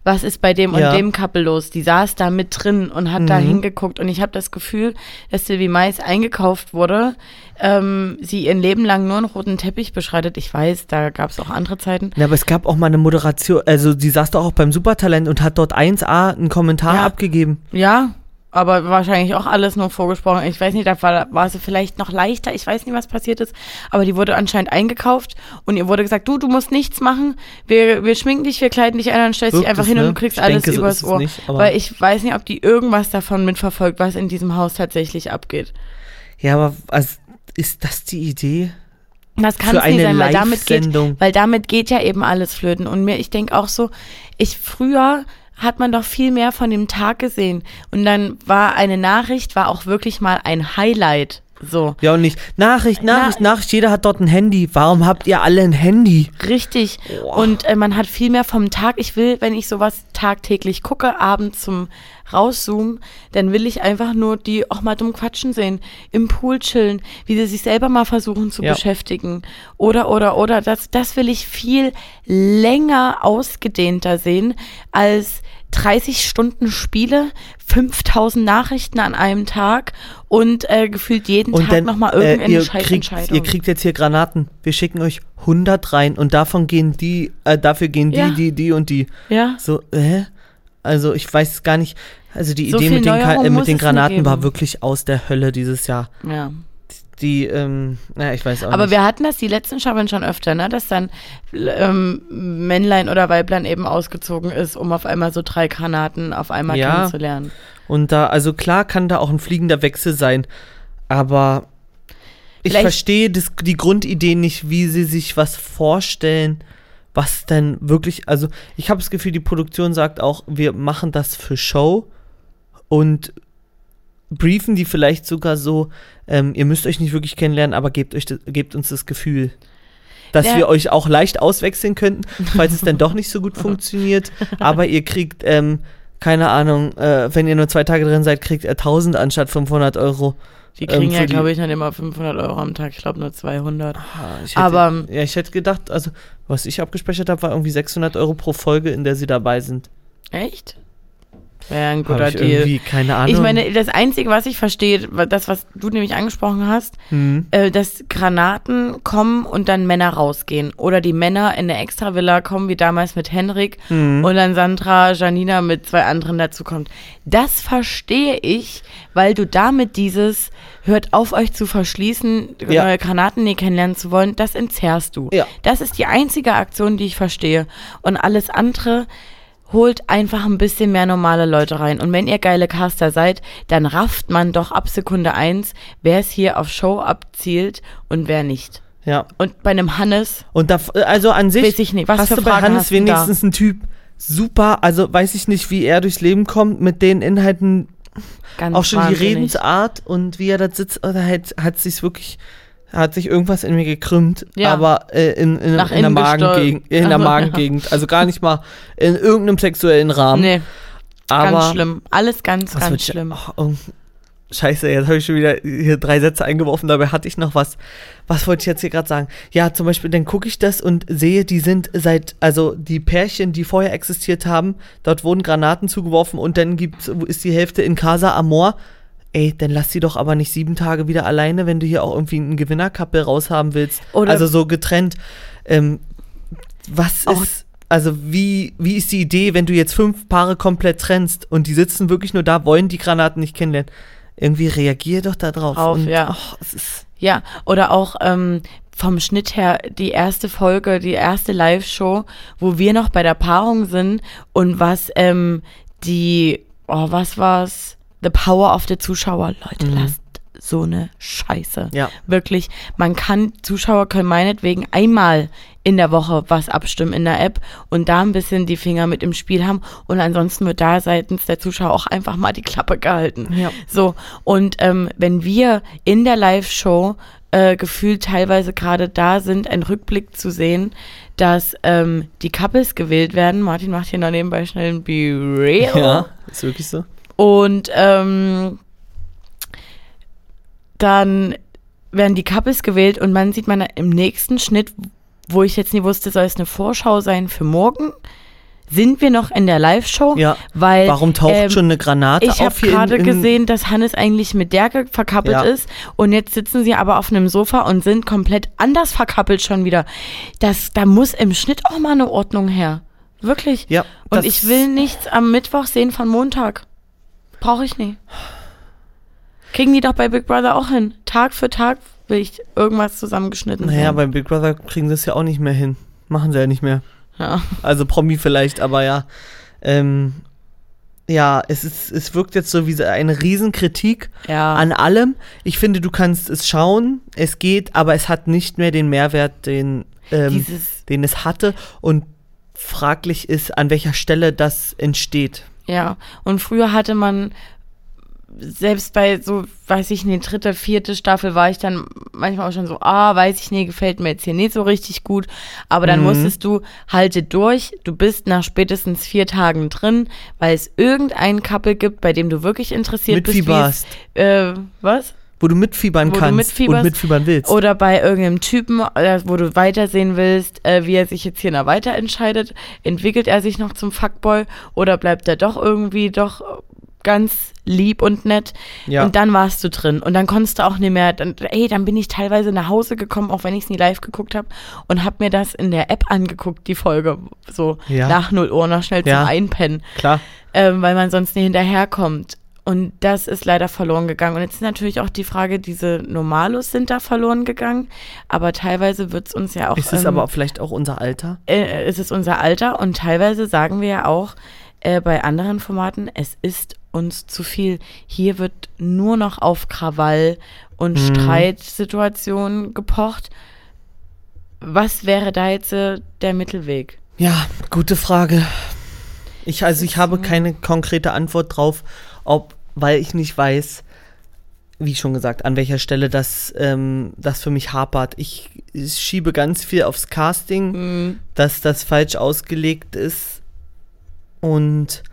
was ist bei dem Ja. und dem Couple los. Die saß da mit drin und hat Mhm. da hingeguckt und ich habe das Gefühl, dass Sylvie Mais eingekauft wurde, ähm, sie ihr Leben lang nur einen roten Teppich beschreitet. Ich weiß, da gab es auch andere Zeiten. Ja, aber es gab auch mal eine Moderation, also die saß doch auch beim Supertalent und hat dort eins a einen Kommentar Ja. abgegeben. Ja, aber wahrscheinlich auch alles nur vorgesprochen. Ich weiß nicht, da war, war sie vielleicht noch leichter. Ich weiß nicht, was passiert ist. Aber die wurde anscheinend eingekauft und ihr wurde gesagt, du, du musst nichts machen. Wir, wir schminken dich, wir kleiden dich ein, dann stellst dich Wirkt einfach es, hin ne? und du kriegst Ich alles denke, so übers ist es Ohr. nicht, aber- Weil ich weiß nicht, ob die irgendwas davon mitverfolgt, was in diesem Haus tatsächlich abgeht. Ja, aber also, ist das die Idee? Das kann Für es nicht eine sein, weil damit, geht, Live-Sendung. weil damit geht ja eben alles flöten. Und mir, ich denke auch so, ich früher hat man doch viel mehr von dem Tag gesehen. Und dann war eine Nachricht, war auch wirklich mal ein Highlight. So. Ja, und nicht Nachricht, Nachricht, Na- Nachricht, jeder hat dort ein Handy. Warum habt ihr alle ein Handy? Richtig. Boah. Und äh, man hat viel mehr vom Tag. Ich will, wenn ich sowas tagtäglich gucke, abends zum Rauszoomen, dann will ich einfach nur die auch mal dumm quatschen sehen, im Pool chillen, wie sie sich selber mal versuchen zu Ja. beschäftigen. Oder, oder, oder. Das, das will ich viel länger ausgedehnter sehen als dreißig Stunden Spiele, fünftausend Nachrichten an einem Tag und äh, gefühlt jeden Und Tag dann, nochmal äh, irgendeine ihr, scheiß kriegt, Entscheidung. ihr kriegt jetzt hier Granaten. Wir schicken euch hundert rein und davon gehen die, äh, dafür gehen die, Ja. die, die und die. ja. So, hä? Also ich weiß gar nicht, also die So Idee viel mit den, Ka- Neuerung äh, muss mit den es nie Granaten war geben. wirklich aus der Hölle dieses Jahr. Ja. Die, ähm, naja, ich weiß auch Aber nicht. wir hatten das die letzten Staffeln schon öfter, ne? Dass dann ähm, Männlein oder Weiblein eben ausgezogen ist, um auf einmal so drei Granaten auf einmal Ja. kennenzulernen. Und da, also klar kann da auch ein fliegender Wechsel sein, aber ich Vielleicht- verstehe das, die Grundidee nicht, wie sie sich was vorstellen, was denn wirklich, also ich habe das Gefühl, die Produktion sagt auch, wir machen das für Show und briefen die vielleicht sogar so, ähm, ihr müsst euch nicht wirklich kennenlernen, aber gebt, euch das, gebt uns das Gefühl, dass Ja. wir euch auch leicht auswechseln könnten, falls es dann doch nicht so gut funktioniert, aber ihr kriegt, ähm, keine Ahnung, äh, wenn ihr nur zwei Tage drin seid, kriegt ihr tausend anstatt fünfhundert Euro. Die kriegen Ähm, ja, für die- glaube ich, dann immer fünfhundert Euro am Tag. Ich glaube nur zweihundert. Ah, ich hätte, Aber- ja, ich hätte gedacht, also was ich abgespeichert habe, war irgendwie sechshundert Euro pro Folge, in der sie dabei sind. Echt? Wäre ein Hab guter ich Deal. irgendwie keine Ahnung. Ich meine, das Einzige, was ich verstehe, das, was du nämlich angesprochen hast, Hm. äh, dass Granaten kommen und dann Männer rausgehen. Oder die Männer in eine Extravilla kommen, wie damals mit Henrik, Hm. und dann Sandra, Janina mit zwei anderen dazukommt. Das verstehe ich, weil du damit dieses, hört auf euch zu verschließen, Ja. neue Granaten nie kennenlernen zu wollen, das entzerrst du. Ja. Das ist die einzige Aktion, die ich verstehe. Und alles andere holt einfach ein bisschen mehr normale Leute rein. Und wenn ihr geile Caster seid, dann rafft man doch ab Sekunde eins, wer es hier auf Show abzielt und wer nicht. Ja. Und bei einem Hannes, Und da, also an sich, weiß ich nicht, was hast für du bei Fragen Hannes hast du da? wenigstens einen Typ, super, also weiß ich nicht, wie er durchs Leben kommt, mit den Inhalten, Ganz auch schon die wahnsinnig. Redensart und wie er da sitzt, oder halt, hat sich wirklich, hat sich irgendwas in mir gekrümmt, Ja. aber äh, in, in, Nach in, der innen Magengegend, gesteuert. in der Also, ja. Magengegend, also gar nicht mal in irgendeinem sexuellen Rahmen. Nee, aber ganz schlimm. Alles ganz, was ganz wird- schlimm. Oh, oh, Scheiße, jetzt habe ich schon wieder hier drei Sätze eingeworfen, dabei hatte ich noch was. Was wollte ich jetzt hier gerade sagen? Ja, zum Beispiel, dann gucke ich das und sehe, die sind seit, also die Pärchen, die vorher existiert haben, dort wurden Granaten zugeworfen und dann gibt's, ist die Hälfte in Casa Amor. Ey, dann lass sie doch aber nicht sieben Tage wieder alleine, wenn du hier auch irgendwie einen Gewinnerkappel raushaben willst. Oder- also so getrennt. Ähm, was Auch- ist, also wie, wie ist die Idee, wenn du jetzt fünf Paare komplett trennst und die sitzen wirklich nur da, wollen die Granaten nicht kennenlernen? Irgendwie reagier doch da drauf. Drauf, und, ja. oh, es ist, Ja, oder auch ähm, vom Schnitt her die erste Folge, die erste Live-Show, wo wir noch bei der Paarung sind und was ähm, die, oh, was war's? The Power of the Zuschauer. Leute, Mhm. lasst so eine Scheiße. Ja. Wirklich, man kann, Zuschauer können meinetwegen einmal in der Woche was abstimmen in der App und da ein bisschen die Finger mit im Spiel haben und ansonsten wird da seitens der Zuschauer auch einfach mal die Klappe gehalten. Ja. So, und ähm, wenn wir in der Live-Show äh, gefühlt teilweise gerade da sind, einen Rückblick zu sehen, dass ähm, die Couples gewählt werden. Martin macht hier noch nebenbei schnell ein Be Real. Ja, ist wirklich so. Und ähm, dann werden die Couples gewählt und man sieht man im nächsten Schnitt, wo ich jetzt nie wusste, soll es eine Vorschau sein für morgen, sind wir noch in der Live-Show? Ja, weil, warum taucht ähm, schon eine Granate ich auf habe hier gerade in, in gesehen, dass Hannes eigentlich mit der ge- verkappelt Ja. ist und jetzt sitzen sie aber auf einem Sofa und sind komplett anders verkappelt schon wieder. Das, da muss im Schnitt auch mal eine Ordnung her. Wirklich. Ja, und das- ich will nichts am Mittwoch sehen von Montag. Brauche ich nicht. Kriegen die doch bei Big Brother auch hin. Tag für Tag will ich irgendwas zusammengeschnitten Naja, sehen. beim Big Brother kriegen sie es ja auch nicht mehr hin. Machen sie ja nicht mehr. Ja. Also Promi vielleicht, aber ja. Ähm, ja, es ist, es wirkt jetzt so wie so eine Riesenkritik Ja. an allem. Ich finde, du kannst es schauen, es geht, aber es hat nicht mehr den Mehrwert, den, ähm, Dieses, den es hatte. Und fraglich ist, an welcher Stelle das entsteht. ja. Und früher hatte man, selbst bei so, weiß ich nicht, dritte, vierte Staffel war ich dann manchmal auch schon so, ah, weiß ich nicht, gefällt mir jetzt hier nicht so richtig gut. Aber dann Mhm. musstest du, halte durch, du bist nach spätestens vier Tagen drin, weil es irgendein Couple gibt, bei dem du wirklich interessiert bist. wie es- Mitfieberst, Äh, was? wo du mitfiebern Wo du kannst mitfieberst. und mitfiebern willst. Oder bei irgendeinem Typen, äh, wo du weitersehen willst, äh, wie er sich jetzt hier noch weiter entscheidet. Entwickelt er sich noch zum Fuckboy oder bleibt er doch irgendwie doch ganz lieb und nett? Ja. Und dann warst du drin. Und dann konntest du auch nicht mehr, dann, ey, dann bin ich teilweise nach Hause gekommen, auch wenn ich es nie live geguckt habe, und habe mir das in der App angeguckt, die Folge. So Ja. nach null Uhr, noch schnell zum Ja. Einpennen. Klar. Ähm, weil man sonst nicht hinterherkommt. Und das ist leider verloren gegangen. Und jetzt ist natürlich auch die Frage, diese Normalos sind da verloren gegangen, aber teilweise wird es uns ja auch... Ist es ähm, aber auch vielleicht auch unser Alter? äh, ist es unser Alter und teilweise sagen wir ja auch äh, bei anderen Formaten, es ist uns zu viel. Hier wird nur noch auf Krawall und Mhm. Streitsituationen gepocht. Was wäre da jetzt äh, der Mittelweg? Ja, gute Frage. Ich, also ich habe keine konkrete Antwort drauf, ob, weil ich nicht weiß, wie schon gesagt, an welcher Stelle das, ähm, das für mich hapert. Ich, ich schiebe ganz viel aufs Casting, Mhm. dass das falsch ausgelegt ist. Und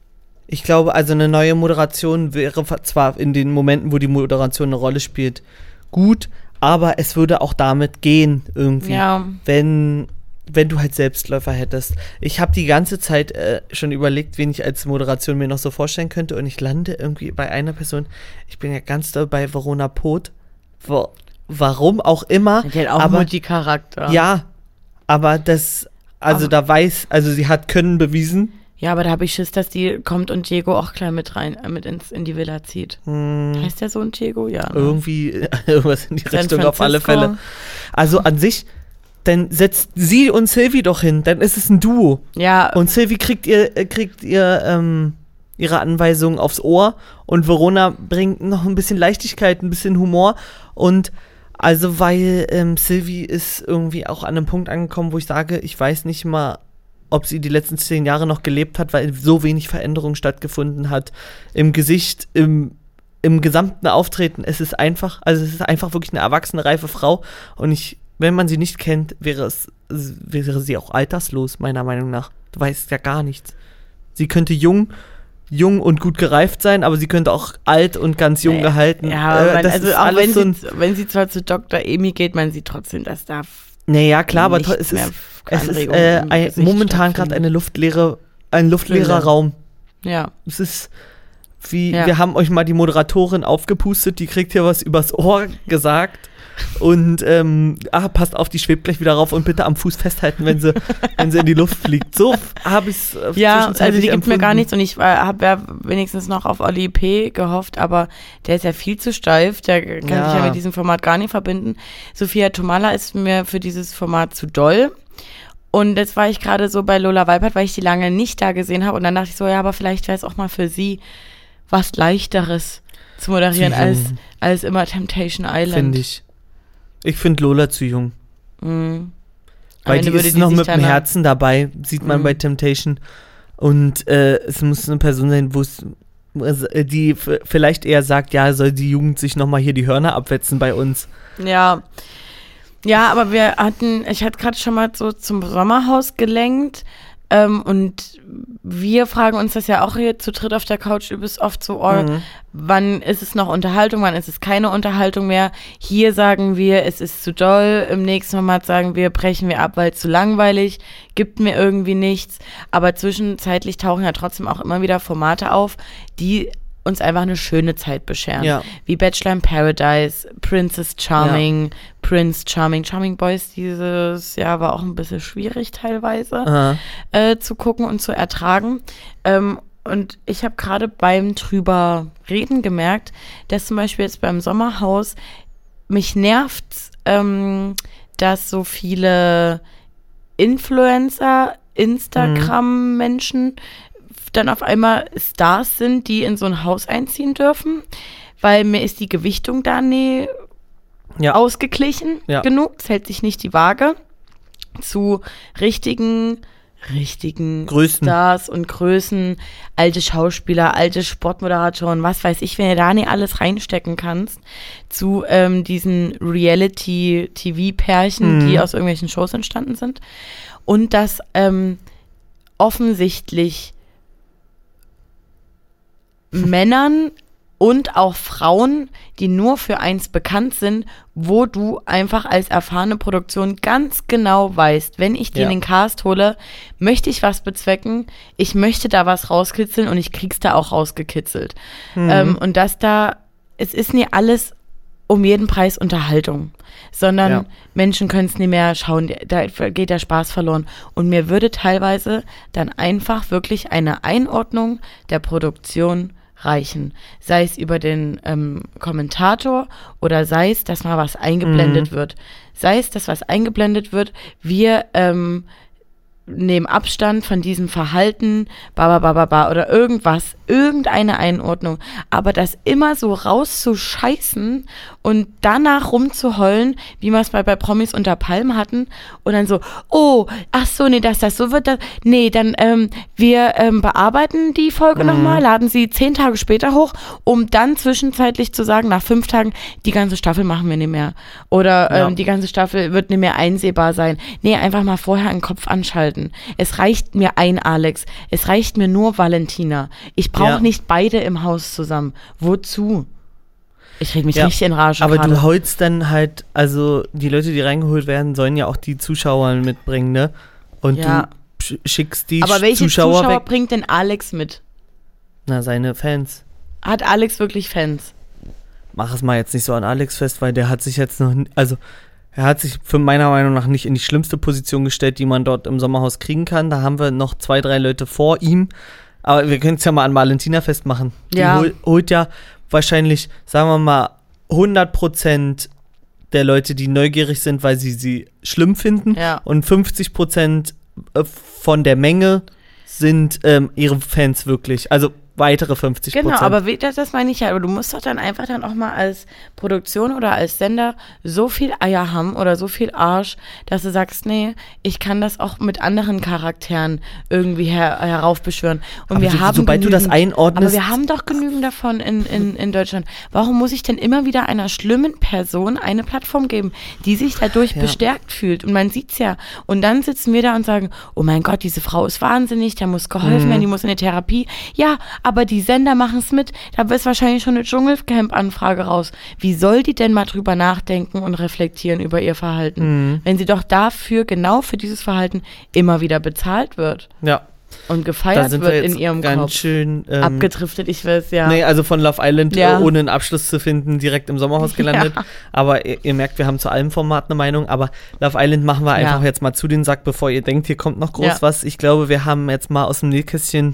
ich glaube, also eine neue Moderation wäre zwar in den Momenten, wo die Moderation eine Rolle spielt, gut, aber es würde auch damit gehen irgendwie, Ja. wenn, wenn du halt Selbstläufer hättest. Ich habe die ganze Zeit äh, schon überlegt, wen ich als Moderation mir noch so vorstellen könnte, und ich lande irgendwie bei einer Person. Ich bin ja ganz doll bei Verona Poth. Wo, warum auch immer. Die hat auch aber Multicharakter. ja, aber das, also Aber- da weiß, also sie hat Können bewiesen. Ja, aber da habe ich Schiss, dass die kommt und Diego auch gleich mit rein, äh, mit ins, in die Villa zieht. Hm, Heißt der Sohn Diego? Ja. Ne? irgendwie äh, irgendwas in die San Richtung auf alle Francisco. Fälle. Also an sich, dann setzt sie und Sylvie doch hin, dann ist es ein Duo. Ja, Und Sylvie kriegt ihr, äh, kriegt ihr, ähm, ihre Anweisungen aufs Ohr, und Verona bringt noch ein bisschen Leichtigkeit, ein bisschen Humor, und also weil ähm, Sylvie ist irgendwie auch an einem Punkt angekommen, wo ich sage, ich weiß nicht mal, ob sie die letzten zehn Jahre noch gelebt hat, weil so wenig Veränderung stattgefunden hat. Im Gesicht, im, im gesamten Auftreten. Es ist einfach, also es ist einfach wirklich eine erwachsene, reife Frau. Und ich, wenn man sie nicht kennt, wäre es, wäre sie auch alterslos, meiner Meinung nach. Du weißt ja gar nichts. Sie könnte jung, jung und gut gereift sein, aber sie könnte auch alt und ganz jung gehalten. ja, Äh, man, das also ist auch alles wenn so ein, sie, wenn sie zwar zu Doktor Emi geht, man sieht trotzdem, dass da naja, klar, aber nicht to- es mehr ist, es ist Anregungen äh, im ein, Gesicht momentan gerade stattfinden. eine luftleere, ein luftleerer Stille. Raum. Ja, Es ist wie, Ja. wir haben euch mal die Moderatorin aufgepustet, die kriegt hier was übers Ohr gesagt. Und ähm, ah, passt auf, die schwebt gleich wieder rauf, und bitte am Fuß festhalten, wenn sie, wenn sie in die Luft fliegt. So habe ich es äh, ja, also zwischenzeitlich die gibt mir empfunden. gar nichts und ich äh, habe ja wenigstens noch auf Oli P. gehofft, aber der ist ja viel zu steif, der kann sich ja Ja. mit diesem Format gar nicht verbinden. Sophia Tomala ist mir für dieses Format zu doll. Und jetzt war ich gerade so bei Lola Weipert, weil ich die lange nicht da gesehen habe, und dann dachte ich so, ja, aber vielleicht wäre es auch mal für sie was Leichteres zu moderieren Zu als, jung. als immer Temptation Island. Finde ich. Ich finde Lola zu jung. Mhm. Am Weil Ende die würde ist die noch sich mit dem danach- Herzen dabei, sieht man Mhm. bei Temptation. Und äh, es muss eine Person sein, wo es äh, die f- vielleicht eher sagt, ja, soll die Jugend sich nochmal hier die Hörner abwetzen bei uns. Ja. Ja, aber wir hatten, ich hatte gerade schon mal so zum Sommerhaus gelenkt. Ähm, und wir fragen uns das ja auch hier zu dritt auf der Couch übelst oft so, oh, Mhm. wann ist es noch Unterhaltung, wann ist es keine Unterhaltung mehr. Hier sagen wir, es ist zu doll. Im nächsten Format sagen wir, brechen wir ab, weil es zu langweilig, gibt mir irgendwie nichts. Aber zwischenzeitlich tauchen ja trotzdem auch immer wieder Formate auf, die uns einfach eine schöne Zeit bescheren. Ja. Wie Bachelor in Paradise, Princess Charming, Prince Charming. Charming Boys dieses Jahr war auch ein bisschen schwierig teilweise Aha. äh, zu gucken und zu ertragen. Ähm, und ich habe gerade beim drüber reden gemerkt, dass zum Beispiel jetzt beim Sommerhaus mich nervt, ähm, dass so viele Influencer, Instagram-Menschen dann auf einmal Stars sind, die in so ein Haus einziehen dürfen, weil mir ist die Gewichtung da nie Ja. ausgeglichen Ja. genug. Es hält sich nicht die Waage zu richtigen, richtigen Größen. Stars und Größen, alte Schauspieler, alte Sportmoderatoren, was weiß ich, wenn du da nicht alles reinstecken kannst, zu ähm, diesen Reality-T V-Pärchen, Mhm. die aus irgendwelchen Shows entstanden sind. Und dass ähm, offensichtlich Männern und auch Frauen, die nur für eins bekannt sind, wo du einfach als erfahrene Produktion ganz genau weißt, wenn ich dir Ja. in den Cast hole, möchte ich was bezwecken, ich möchte da was rauskitzeln und ich krieg's da auch rausgekitzelt. Mhm. Ähm, und dass da, es ist nie alles um jeden Preis Unterhaltung, sondern Ja. Menschen können es nicht mehr schauen, da geht der Spaß verloren. Und mir würde teilweise dann einfach wirklich eine Einordnung der Produktion reichen. Sei es über den ähm, Kommentator oder sei es, dass mal was eingeblendet Mhm. wird. Sei es, dass was eingeblendet wird, wir ähm, nehmen Abstand von diesem Verhalten, ba, ba, ba, ba, ba, oder irgendwas, irgendeine Einordnung. Aber das immer so rauszuscheißen und danach rumzuheulen, wie wir es bei, bei Promis unter Palmen hatten, und dann so, oh, ach so, nee, dass das so wird, das, nee, dann, ähm, wir ähm, bearbeiten die Folge Mhm. nochmal, laden sie zehn Tage später hoch, um dann zwischenzeitlich zu sagen, nach fünf Tagen, die ganze Staffel machen wir nicht mehr. Oder Ja. ähm, die ganze Staffel wird nicht mehr einsehbar sein. Nee, einfach mal vorher einen Kopf anschalten. Es reicht mir ein Alex. Es reicht mir nur Valentina. Ich brauche Ja. nicht beide im Haus zusammen. Wozu? Ich reg mich Ja, richtig in Rage Aber gerade. du holst dann halt, also die Leute, die reingeholt werden, sollen ja auch die Zuschauer mitbringen, ne? Und Ja. du sch- schickst die Aber welche Zuschauer, Zuschauer weg. bringt denn Alex mit? Na, seine Fans. Hat Alex wirklich Fans? Mach es mal jetzt nicht so an Alex fest, weil der hat sich jetzt noch, n- also er hat sich für meiner Meinung nach nicht in die schlimmste Position gestellt, die man dort im Sommerhaus kriegen kann. Da haben wir noch zwei, drei Leute vor ihm. Aber wir können es ja mal an Valentina festmachen. Die Ja. hol, holt ja wahrscheinlich, sagen wir mal, hundert Prozent der Leute, die neugierig sind, weil sie sie schlimm finden. Ja. Und fünfzig Prozent von der Menge sind ähm, ihre Fans wirklich. Also weitere fünfzig Prozent. Genau, aber wie, das, das meine ich ja. Aber du musst doch dann einfach dann auch mal als Produktion oder als Sender so viel Eier haben oder so viel Arsch, dass du sagst, nee, ich kann das auch mit anderen Charakteren irgendwie her, heraufbeschwören. Und Aber wir du, haben sobald du das genügend- einordnest. Aber wir haben doch genügend davon in, in, in Deutschland. Warum muss ich denn immer wieder einer schlimmen Person eine Plattform geben, die sich dadurch Ja. bestärkt fühlt? Und man sieht's ja. Und dann sitzen wir da und sagen, oh mein Gott, diese Frau ist wahnsinnig, der muss geholfen Mhm. werden, die muss in die Therapie. Ja, aber die Sender machen es mit. Da ist wahrscheinlich schon eine Dschungelcamp-Anfrage raus. Wie soll die denn mal drüber nachdenken und reflektieren über ihr Verhalten, Mhm. wenn sie doch dafür, genau für dieses Verhalten, immer wieder bezahlt wird Ja, und da gefeiert sind wir wird jetzt in ihrem ganz Kopf? schön ähm, Abgedriftet, ich weiß, ja. Nee, also von Love Island, Ja. äh, ohne einen Abschluss zu finden, direkt im Sommerhaus gelandet. Ja. Aber ihr, ihr merkt, wir haben zu allem Format eine Meinung. Aber Love Island machen wir einfach Ja. jetzt mal zu den Sack, bevor ihr denkt, hier kommt noch groß Ja. was. Ich glaube, wir haben jetzt mal aus dem Nähkästchen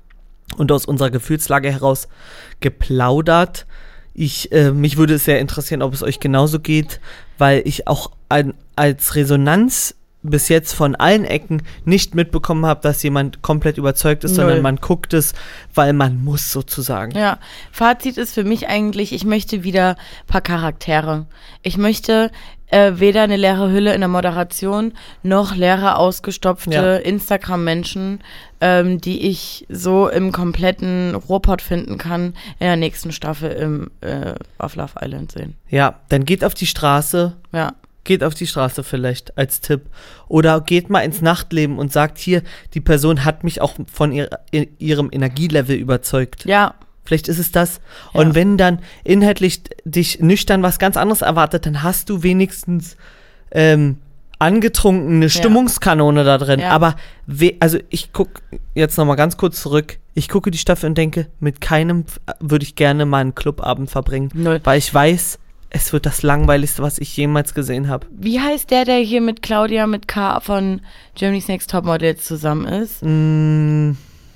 und aus unserer Gefühlslage heraus geplaudert. Ich, äh, mich würde es sehr interessieren, ob es euch genauso geht, weil ich auch ein, als Resonanz bis jetzt von allen Ecken nicht mitbekommen habe, dass jemand komplett überzeugt ist, Null. sondern man guckt es, weil man muss sozusagen. Ja, Fazit ist für mich eigentlich, ich möchte wieder ein paar Charaktere. Ich möchte äh, weder eine leere Hülle in der Moderation, noch leere, ausgestopfte Ja. Instagram-Menschen, ähm, die ich so im kompletten Ruhrpott finden kann, in der nächsten Staffel im, äh, auf Love Island sehen. Ja, dann geht auf die Straße, Ja, geht auf die Straße vielleicht als Tipp. Oder geht mal ins Nachtleben und sagt hier, die Person hat mich auch von ihr, ihrem Energielevel überzeugt. Ja. Vielleicht ist es das. Ja. Und wenn dann inhaltlich dich nüchtern was ganz anderes erwartet, dann hast du wenigstens ähm, angetrunken eine Stimmungskanone da drin. Ja. Aber we- also ich gucke jetzt nochmal ganz kurz zurück. Ich gucke die Staffel und denke, mit keinem würde ich gerne mal einen Clubabend verbringen. Null. Weil ich weiß, es wird das Langweiligste, was ich jemals gesehen habe. Wie heißt der, der hier mit Claudia mit K von Germany's Next Topmodel jetzt zusammen ist? Mm,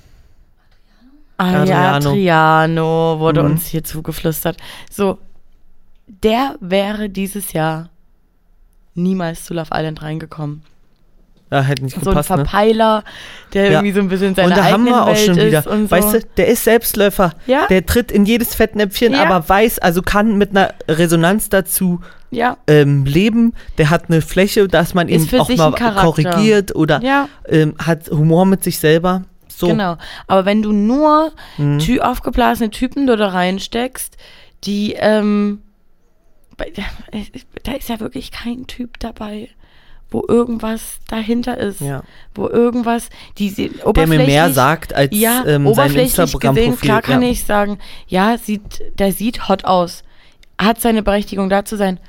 Adriano. Adriano wurde Mhm. uns hier zugeflüstert. So, der wäre dieses Jahr niemals zu Love Island reingekommen. ja, hätte nicht So ein gepasst, ne? Verpeiler, der Ja. irgendwie so ein bisschen in seiner Und da haben eigenen wir auch Welt schon wieder, ist und so. weißt du, der ist Selbstläufer, Ja. der tritt in jedes Fettnäpfchen, Ja. aber weiß, also kann mit einer Resonanz dazu Ja, ähm, leben, der hat eine Fläche, dass man Ist ihn für auch sich mal ein Charakter. korrigiert oder ja, ähm, hat Humor mit sich selber. So. genau. Aber wenn du nur Mhm. ty- aufgeblasene Typen da reinsteckst, die, ähm, bei- da ist ja wirklich kein Typ dabei, wo irgendwas dahinter ist. Ja. Wo irgendwas, die sie- Der mir oberflächlich, mehr sagt als ja, ähm, sein oberflächlich gesehen, Instagram-Profil. klar kann ja. ich sagen, ja, sieht, der sieht hot aus. Hat seine Berechtigung da zu sein.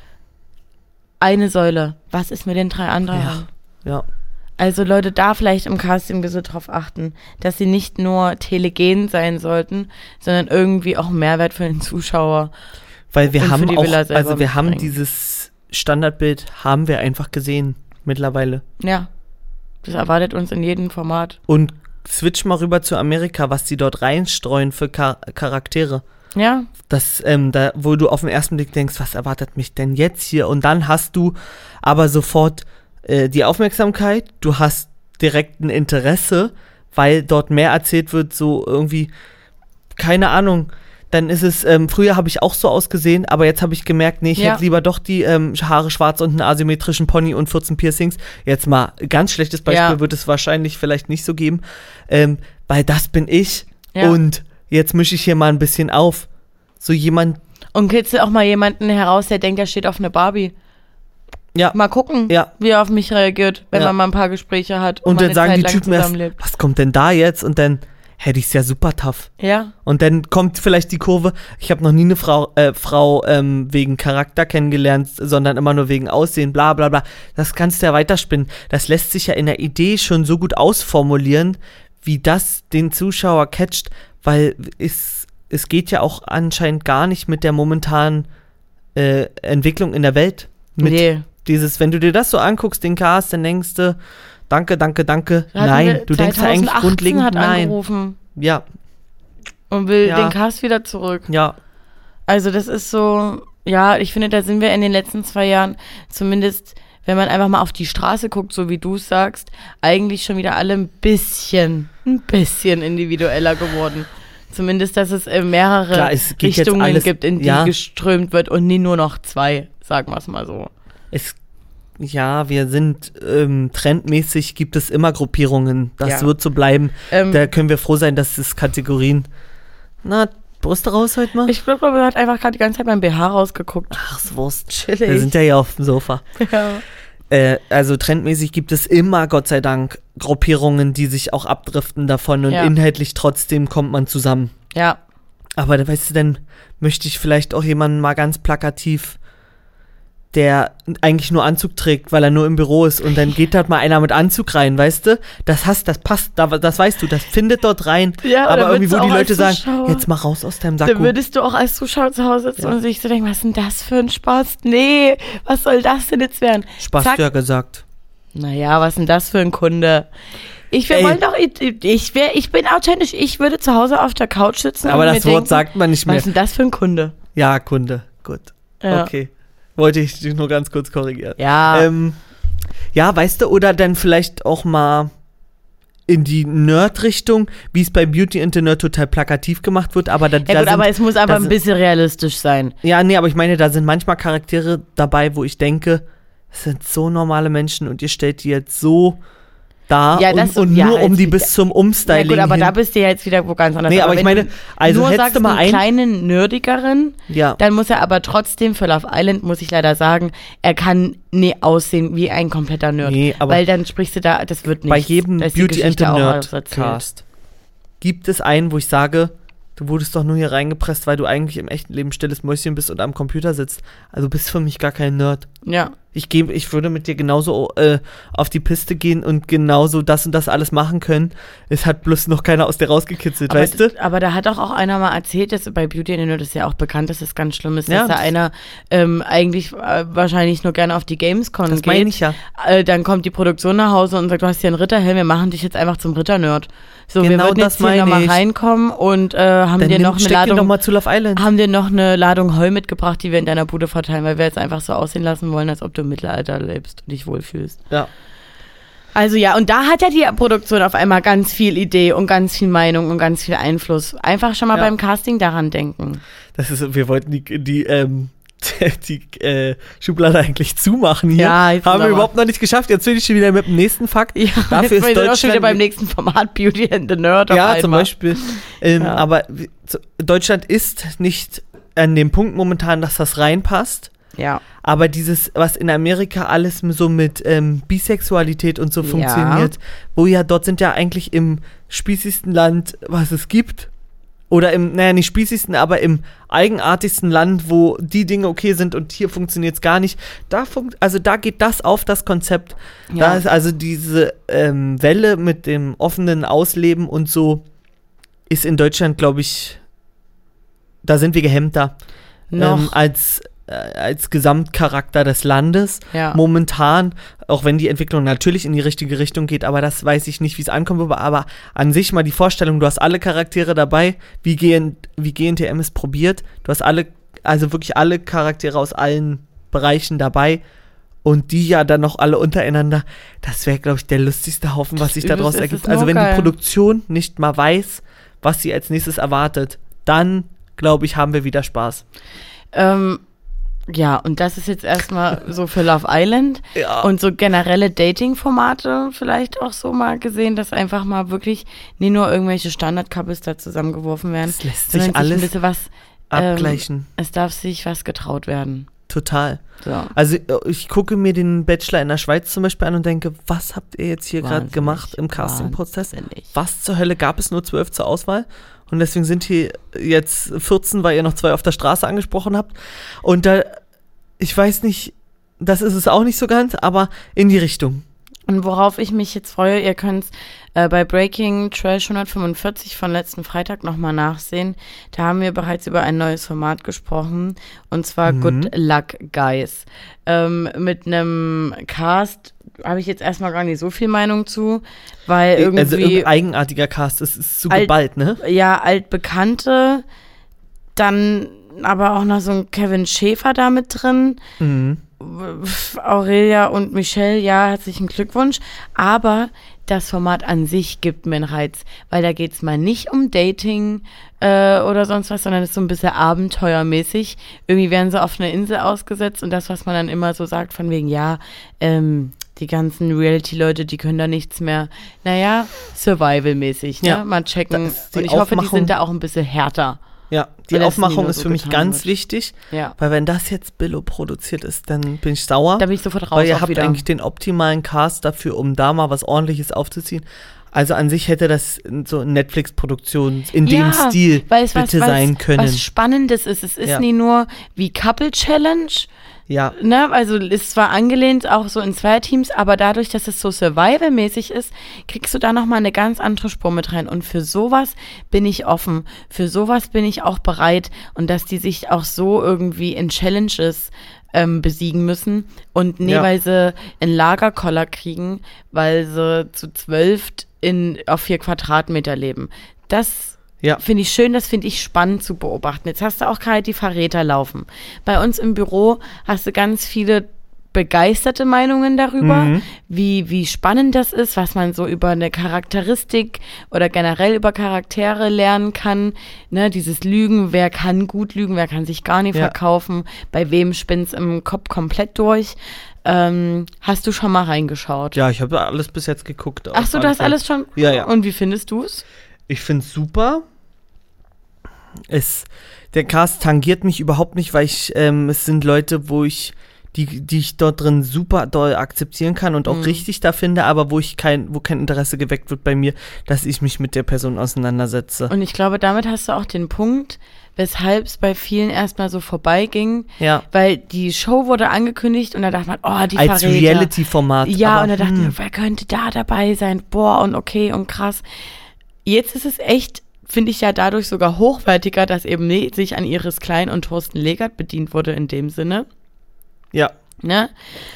Eine Säule. Was ist mit den drei anderen? Ja. Ja. Also Leute, da vielleicht im Casting ein bisschen drauf achten, dass sie nicht nur telegen sein sollten, sondern irgendwie auch Mehrwert für den Zuschauer. Weil wir Und für haben die auch, Villa selber also wir haben mitbringen. dieses Standardbild, haben wir einfach gesehen mittlerweile. Ja, das erwartet uns in jedem Format. Und switch mal rüber zu Amerika, was die dort reinstreuen für Char- Charaktere. Ja, Das, ähm, da, wo du auf den ersten Blick denkst, was erwartet mich denn jetzt hier? Und dann hast du aber sofort äh, die Aufmerksamkeit, du hast direkt ein Interesse, weil dort mehr erzählt wird, so irgendwie, keine Ahnung. Dann ist es, ähm, früher habe ich auch so ausgesehen, aber jetzt habe ich gemerkt, nee, ich Ja. hätte lieber doch die ähm, Haare schwarz und einen asymmetrischen Pony und vierzehn Piercings. Jetzt mal ganz schlechtes Beispiel, Ja. wird es wahrscheinlich vielleicht nicht so geben, ähm, weil das bin ich Ja. und jetzt mische ich hier mal ein bisschen auf. So jemand, und kitzel auch mal jemanden heraus, der denkt, er steht auf eine Barbie. ja, Mal gucken, Ja. wie er auf mich reagiert, wenn Ja. man mal ein paar Gespräche hat und man dann eine sagen Zeit die lang Typen erst, zusammenlebt. was kommt denn da jetzt? Und dann hätte ich es ja super tough. Ja, Und dann kommt vielleicht die Kurve, ich habe noch nie eine Frau, äh, Frau ähm, wegen Charakter kennengelernt, sondern immer nur wegen Aussehen, bla bla bla. Das kannst du ja weiterspinnen. Das lässt sich ja in der Idee schon so gut ausformulieren, wie das den Zuschauer catcht, weil es, es geht ja auch anscheinend gar nicht mit der momentanen äh, Entwicklung in der Welt. Mit nee. dieses, wenn du dir das so anguckst, den Cast, dann denkst du, danke, danke, danke. Hatten Nein, wir- du denkst ja eigentlich zweitausendachtzehn grundlegend hat nein. angerufen Ja, und will Ja. den Cast wieder zurück. ja. Also das ist so, ja, ich finde, da sind wir in den letzten zwei Jahren, zumindest wenn man einfach mal auf die Straße guckt, so wie du es sagst, eigentlich schon wieder alle ein bisschen, ein bisschen individueller geworden. Zumindest, dass es äh, mehrere Klar, es geht jetzt Richtungen alles- gibt, in die ja. geströmt wird und nie nur noch zwei, sagen wir es mal so. Es, ja, wir sind ähm, trendmäßig, gibt es immer Gruppierungen. Das Ja. wird so bleiben. Ähm, Da können wir froh sein, dass es Kategorien. Na, Brüste raus heute mal? ich glaube, man hat einfach gerade die ganze Zeit beim B H rausgeguckt. Ach, ist Wurst. Chillig. Wir sind ja hier auf dem Sofa. Ja. Äh, also trendmäßig gibt es immer, Gott sei Dank, Gruppierungen, die sich auch abdriften davon und Ja. inhaltlich trotzdem kommt man zusammen. Ja, Aber da weißt du, dann möchte ich vielleicht auch jemanden mal ganz plakativ, der eigentlich nur Anzug trägt, weil er nur im Büro ist und dann geht dort mal einer mit Anzug rein, weißt du? Das hast, das passt, da- das weißt du, das findet dort rein. Ja, oder aber irgendwie, würdest wo du die auch Leute als sagen, Zuschauer- jetzt mach raus aus deinem da Sakko. würdest du auch als Zuschauer zu Hause sitzen Ja. und sich so denken, was ist denn das für ein Spaß? Nee, was soll das denn jetzt werden? Spaß, Zack. du ja gesagt. Naja, was ist denn das für ein Kunde? Ich, wir Ey. wollen doch, ich, ich, wär, ich bin authentisch. Ich würde zu Hause auf der Couch sitzen Aber und das mir Wort denken, sagt man nicht was mehr. ist denn das für ein Kunde? Ja, Kunde, gut. Ja. Okay. Wollte ich dich nur ganz kurz korrigieren. Ja, Ähm, ja, weißt du, oder dann vielleicht auch mal in die Nerd-Richtung, wie es bei Beauty and the Nerd total plakativ gemacht wird, aber da, ja da gut, sind, aber es muss aber da ein sind- bisschen realistisch sein. ja, nee, aber ich meine, da sind manchmal Charaktere dabei, wo ich denke, es sind so normale Menschen und ihr stellt die jetzt so da Ja, und, das- und ja, nur um als- die bis zum Ja Umstyling gut, aber hin. da bist du ja jetzt wieder wo ganz anders. Nee, aber ich wenn meine, du also nur hättest sagst, du mal einen ein- kleinen nerdigeren, Ja. dann muss er aber trotzdem für Love Island, muss ich leider sagen, er kann nie aussehen wie ein kompletter Nerd. Nee, aber weil dann sprichst du da, das wird nicht. bei jedem da ist die Beauty and the Geschichte auch Nerd alles erzählt. Cast gibt es einen, wo ich sage, du wurdest doch nur hier reingepresst, weil du eigentlich im echten Leben stilles Mäuschen bist und am Computer sitzt. Also bist für mich gar kein Nerd. Ja. Ich, geh, ich würde mit dir genauso äh, auf die Piste gehen und genauso das und das alles machen können. Es hat bloß noch keiner aus dir rausgekitzelt, Aber, weißt du? aber da hat auch, auch einer mal erzählt, dass bei Beauty and the Nerd ist ja auch bekannt, dass es ganz schlimm ist, Ja, dass da das- einer ähm, eigentlich äh, wahrscheinlich nur gerne auf die Gamescom Das geht. meine ich ja. Äh, dann kommt die Produktion nach Hause und sagt, du hast hier einen Ritterhelm, wir machen dich jetzt einfach zum Ritternerd. So, wir Genau würden das jetzt hier meine nochmal ich. reinkommen und äh, haben Dann dir nimm, noch eine steck ihn Ladung doch mal zu Love Island. haben dir noch eine Ladung Heu mitgebracht, die wir in deiner Bude verteilen, weil wir jetzt einfach so aussehen lassen wollen, als ob du im Mittelalter lebst und dich wohlfühlst. Ja. Also ja, und da hat ja die Produktion auf einmal ganz viel Idee und ganz viel Meinung und ganz viel Einfluss. Einfach schon mal Ja. beim Casting daran denken. Das ist, wir wollten die, die, ähm, die äh, Schublade eigentlich zumachen hier. Ja, jetzt haben wir aber- überhaupt noch nicht geschafft. Jetzt bin ich schon wieder mit dem nächsten Fakt. Ja, Dafür jetzt ist sind wir auch schon wieder Deutschland beim nächsten Format Beauty and the Nerd. auf Ja, einmal. zum Beispiel. Ähm, Ja. Aber wie- so, Deutschland ist nicht an dem Punkt momentan, dass das reinpasst. Ja. Aber dieses, was in Amerika alles so mit ähm, Bisexualität und so Ja. funktioniert, wo ja, dort sind ja eigentlich im spießigsten Land, was es gibt, oder im, naja, nicht spießigsten, aber im eigenartigsten Land, wo die Dinge okay sind und hier funktioniert es gar nicht. Da funkt, also da geht das auf das Konzept. Ja. Da ist also diese ähm, Welle mit dem offenen Ausleben und so ist in Deutschland, glaube ich, da sind wir gehemmter Noch. ähm, als, äh, als Gesamtcharakter des Landes. Ja. Momentan, auch wenn die Entwicklung natürlich in die richtige Richtung geht, aber das weiß ich nicht, wie es ankommen wird. Aber an sich mal die Vorstellung, du hast alle Charaktere dabei, wie, G N, wie G N T M es probiert. Du hast alle, also wirklich alle Charaktere aus allen Bereichen dabei. Und die ja dann noch alle untereinander. Das wäre, glaube ich, der lustigste Haufen, was sich Übelst daraus ist ergibt. es Also nur wenn geil. die Produktion nicht mal weiß, was sie als nächstes erwartet, dann, glaube ich, haben wir wieder Spaß. Ähm, ja, und das ist jetzt erstmal so für Love Island. Ja. Und so generelle Dating-Formate vielleicht auch so mal gesehen, dass einfach mal wirklich nie nur irgendwelche Standard-Couples da zusammengeworfen werden. Das lässt sondern sich alles ein bisschen was, ähm, abgleichen. es darf sich was getraut werden. Total. So. Also ich gucke mir den Bachelor in der Schweiz zum Beispiel an und denke, was habt ihr jetzt hier gerade Wahnsinnig, gemacht im Casting-Prozess? wahnsinnig. Was zur Hölle, gab es nur zwölf zur Auswahl? Und deswegen sind hier jetzt vierzehn, weil ihr noch zwei auf der Straße angesprochen habt. Und da, ich weiß nicht, das ist es auch nicht so ganz, aber in die Richtung. Und worauf ich mich jetzt freue, ihr könnt es äh, bei Breaking Trash hundertfünfundvierzig von letzten Freitag nochmal nachsehen. Da haben wir bereits über ein neues Format gesprochen, und zwar Mhm. Good Luck Guys. Ähm, mit einem Cast habe ich jetzt erstmal gar nicht so viel Meinung zu, weil irgendwie, Also irgendein eigenartiger Cast, es ist zu Alt- geballt, ne? ja, altbekannte, dann aber auch noch so ein Kevin Schäfer da mit drin. Mhm. Aurelia und Michelle, ja, herzlichen Glückwunsch. Aber das Format an sich gibt mir einen Reiz, weil da geht es mal nicht um Dating äh, oder sonst was, sondern es ist so ein bisschen abenteuermäßig. Irgendwie werden sie auf eine Insel ausgesetzt und das, was man dann immer so sagt, von wegen, ja, ähm, die ganzen Reality-Leute, die können da nichts mehr. Naja, Survival-mäßig, ne? Ja, Mal checken. das ist die Und ich hoffe, die Aufmachung. sind da auch ein bisschen härter. Ja, die Weil das nie Aufmachung nur ist so für mich getan ganz wird. wichtig, Ja. weil wenn das jetzt Billo produziert ist, dann bin ich sauer. Da bin ich sofort raus Weil ihr auch habt wieder. eigentlich den optimalen Cast dafür, um da mal was Ordentliches aufzuziehen. Also an sich hätte das so eine Netflix-Produktion in dem Ja, Stil weil es bitte was, sein was, können. Was Spannendes ist. Es ist Ja. nie nur wie Couple Challenge, Ja, ne? Also ist zwar angelehnt auch so in Zweierteams, aber dadurch, dass es so Survival-mäßig ist, kriegst du da nochmal eine ganz andere Spur mit rein. Und für sowas bin ich offen. Für sowas bin ich auch bereit. Und dass die sich auch so irgendwie in Challenges ähm, besiegen müssen. Und nee, Ja. weil sie einen Lagerkoller kriegen, weil sie zu zwölf in, auf vier Quadratmeter leben. Das ja. finde ich schön, das finde ich spannend zu beobachten. Jetzt hast du auch gerade die Verräter laufen. Bei uns im Büro hast du ganz viele begeisterte Meinungen darüber, Mhm. wie, wie spannend das ist, was man so über eine Charakteristik oder generell über Charaktere lernen kann. Ne, dieses Lügen, wer kann gut lügen, wer kann sich gar nicht Ja. verkaufen, bei wem spinnt's im Kopf komplett durch. Ähm, hast du schon mal reingeschaut? Ja, ich habe alles bis jetzt geguckt. Ach so, du hast alles schon? Ja, ja. Und wie findest du es? Ich finde es super. Es, der Cast tangiert mich überhaupt nicht, weil ich, ähm, es sind Leute, wo ich, die, die ich dort drin super doll akzeptieren kann und auch Mhm. richtig da finde, aber wo ich kein, wo kein Interesse geweckt wird bei mir, dass ich mich mit der Person auseinandersetze. Und ich glaube, damit hast du auch den Punkt, weshalb es bei vielen erstmal so vorbeiging, Ja. weil die Show wurde angekündigt und da dachte man, oh, die Als Verräter. Reality-Format. Ja, aber, und da dachte hm. ich, wer könnte da dabei sein? Boah, und okay und krass. Jetzt ist es echt, finde ich ja dadurch sogar hochwertiger, dass eben nicht sich an Iris Klein und Thorsten Legert bedient wurde in dem Sinne. Ja. Ne?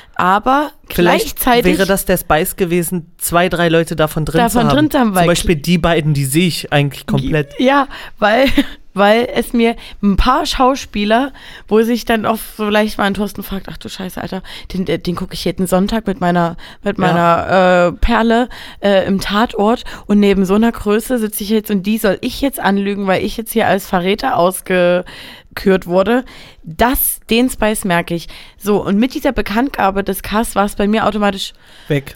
Aber Vielleicht gleichzeitig wäre das der Spice gewesen, zwei, drei Leute davon drin Davon zu haben. drin zu haben, weil- Zum Beispiel die beiden, die sehe ich eigentlich komplett. Ja, weil, weil es mir ein paar Schauspieler, wo sich dann auch vielleicht mal ein Thorsten fragt, ach du Scheiße, Alter, den, den gucke ich jeden Sonntag mit meiner, mit meiner äh, Perle äh, im Tatort und neben so einer Größe sitze ich jetzt und die soll ich jetzt anlügen, weil ich jetzt hier als Verräter ausgekürt wurde. Das, den Spice merke ich. So, und mit dieser Bekanntgabe des Casts war es bei mir automatisch Weg.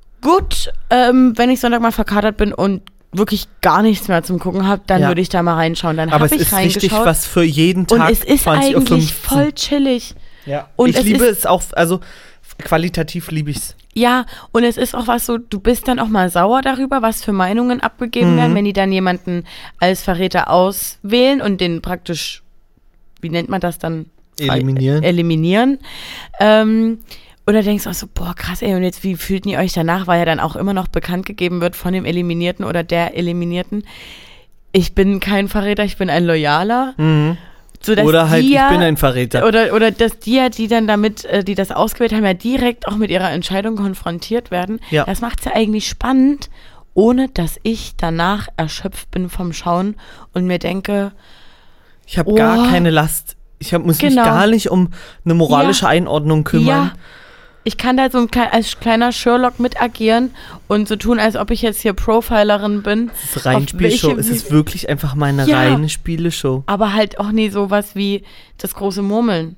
gut, ähm, wenn ich Sonntag mal verkatert bin und wirklich gar nichts mehr zum Gucken habe, dann Ja. würde ich da mal reinschauen. Dann Aber habe es ich ist reingeschaut. richtig was für jeden und Tag. es ist zwanzig Uhr eigentlich fünfzehn. voll chillig. Ja. Und ich es liebe ist- es auch, also qualitativ liebe ich es. Ja, und es ist auch was so, du bist dann auch mal sauer darüber, was für Meinungen abgegeben Mhm. werden, wenn die dann jemanden als Verräter auswählen und den praktisch, wie nennt man das dann? Eliminieren. Eliminieren. Ähm, oder denkst du auch so, boah, krass, ey, und jetzt, wie fühlt ihr euch danach, weil ja dann auch immer noch bekannt gegeben wird von dem Eliminierten oder der Eliminierten. Ich bin kein Verräter, ich bin ein Loyaler. Mhm. Sodass Oder halt, die ich ja, bin ein Verräter. Oder, oder dass die ja, die dann damit, äh, die das ausgewählt haben, ja direkt auch mit ihrer Entscheidung konfrontiert werden. Ja. Das macht es ja eigentlich spannend, ohne dass ich danach erschöpft bin vom Schauen und mir denke, Ich habe Oh. gar keine Last. Ich hab, muss Genau. mich gar nicht um eine moralische Einordnung kümmern. ja, ich kann da so ein, klei- als kleiner Sherlock mit agieren und so tun, als ob ich jetzt hier Profilerin bin. Es ist rein Auf Spielshow. welche- Es ist wirklich einfach mal eine Ja. reine Spieleshow. Aber halt auch nie sowas wie das große Murmeln,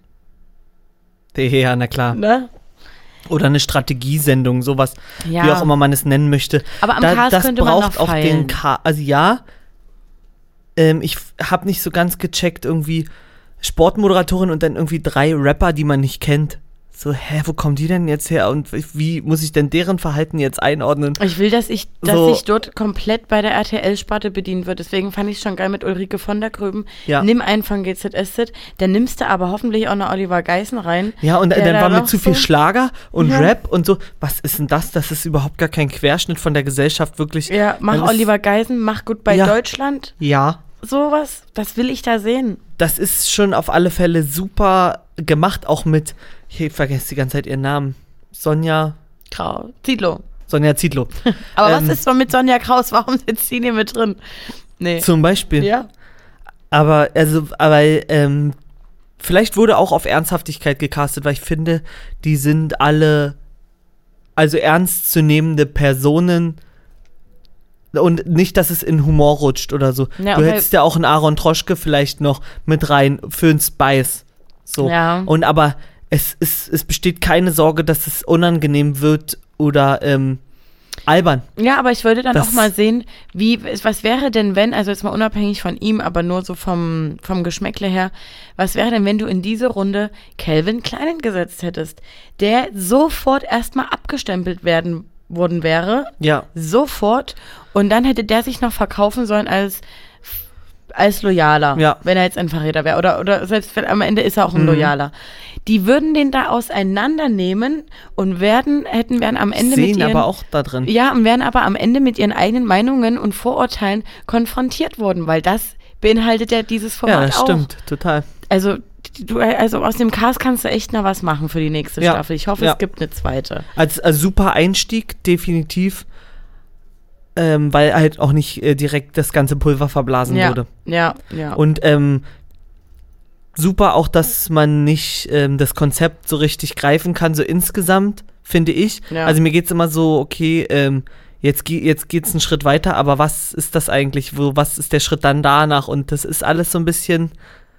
Ja, na klar. ne? Oder eine Strategiesendung, sowas, Ja. wie auch immer man es nennen möchte. Aber am Da, Cast das könnte man braucht noch auch feilen. den Cast. Also ja, ähm, ich habe nicht so ganz gecheckt, irgendwie Sportmoderatorin und dann irgendwie drei Rapper, die man nicht kennt. So, hä, wo kommen die denn jetzt her und wie muss ich denn deren Verhalten jetzt einordnen? Ich will, dass ich, dass So. ich dort komplett bei der R T L-Sparte bedient wird. Deswegen fand ich es schon geil mit Ulrike von der Gröben. Ja. Nimm einen von G Z S Z, dann nimmst du aber hoffentlich auch noch Oliver Geißen rein. Ja, und der dann da war mir noch zu viel so- Schlager und Ja. Rap und so. Was ist denn das? Das ist überhaupt gar kein Querschnitt von der Gesellschaft, wirklich. Ja, mach Dann ist- Oliver Geißen, mach gut bei Ja. Deutschland. Ja, Sowas, das will ich da sehen. das ist schon auf alle Fälle super gemacht, auch mit, ich vergesse die ganze Zeit ihren Namen, Sonja, Grau. Zietlow. Sonja Zietlow. Aber Ähm. was ist so mit Sonja Kraus? Warum sitzt sie nicht mit drin? Nee. Zum Beispiel. Ja. Aber, also, aber, ähm, vielleicht wurde auch auf Ernsthaftigkeit gecastet, weil ich finde, die sind alle, also ernstzunehmende Personen und nicht, dass es in Humor rutscht oder so. Ja, du okay. hättest ja auch einen Aaron Troschke vielleicht noch mit rein für einen Spice. So. Ja. Und aber es, es, es besteht keine Sorge, dass es unangenehm wird oder ähm, albern. Ja, aber ich würde dann Das- auch mal sehen, wie, was wäre denn, wenn, also jetzt mal unabhängig von ihm, aber nur so vom, vom Geschmäckle her, was wäre denn, wenn du in diese Runde Calvin Klein gesetzt hättest, der sofort erstmal abgestempelt werden worden wäre, Ja. sofort, und dann hätte der sich noch verkaufen sollen als als Loyaler, Ja. wenn er jetzt ein Verräter wäre. Oder, oder selbst wenn, am Ende ist er auch ein Mhm. Loyaler. Die würden den da auseinandernehmen und werden, hätten, wären am Ende mit Sehen ihren, aber auch da drin. ja, und wären aber am Ende mit ihren eigenen Meinungen und Vorurteilen konfrontiert worden, weil das beinhaltet ja dieses Format Ja, das auch. stimmt, total. Also, du, also aus dem Cast kannst du echt noch was machen für die nächste Ja. Staffel. Ich hoffe, Ja. es gibt eine zweite. Als, als super Einstieg, definitiv. Ähm, weil halt auch nicht äh, direkt das ganze Pulver verblasen Ja, wurde. ja, ja. Und ähm, super auch, dass man nicht ähm, das Konzept so richtig greifen kann, so insgesamt, finde ich. Ja. Also mir geht's immer so, okay, ähm, jetzt, ge- jetzt geht's einen Schritt weiter, aber was ist das eigentlich? Wo, was ist der Schritt dann danach? Und das ist alles so ein bisschen,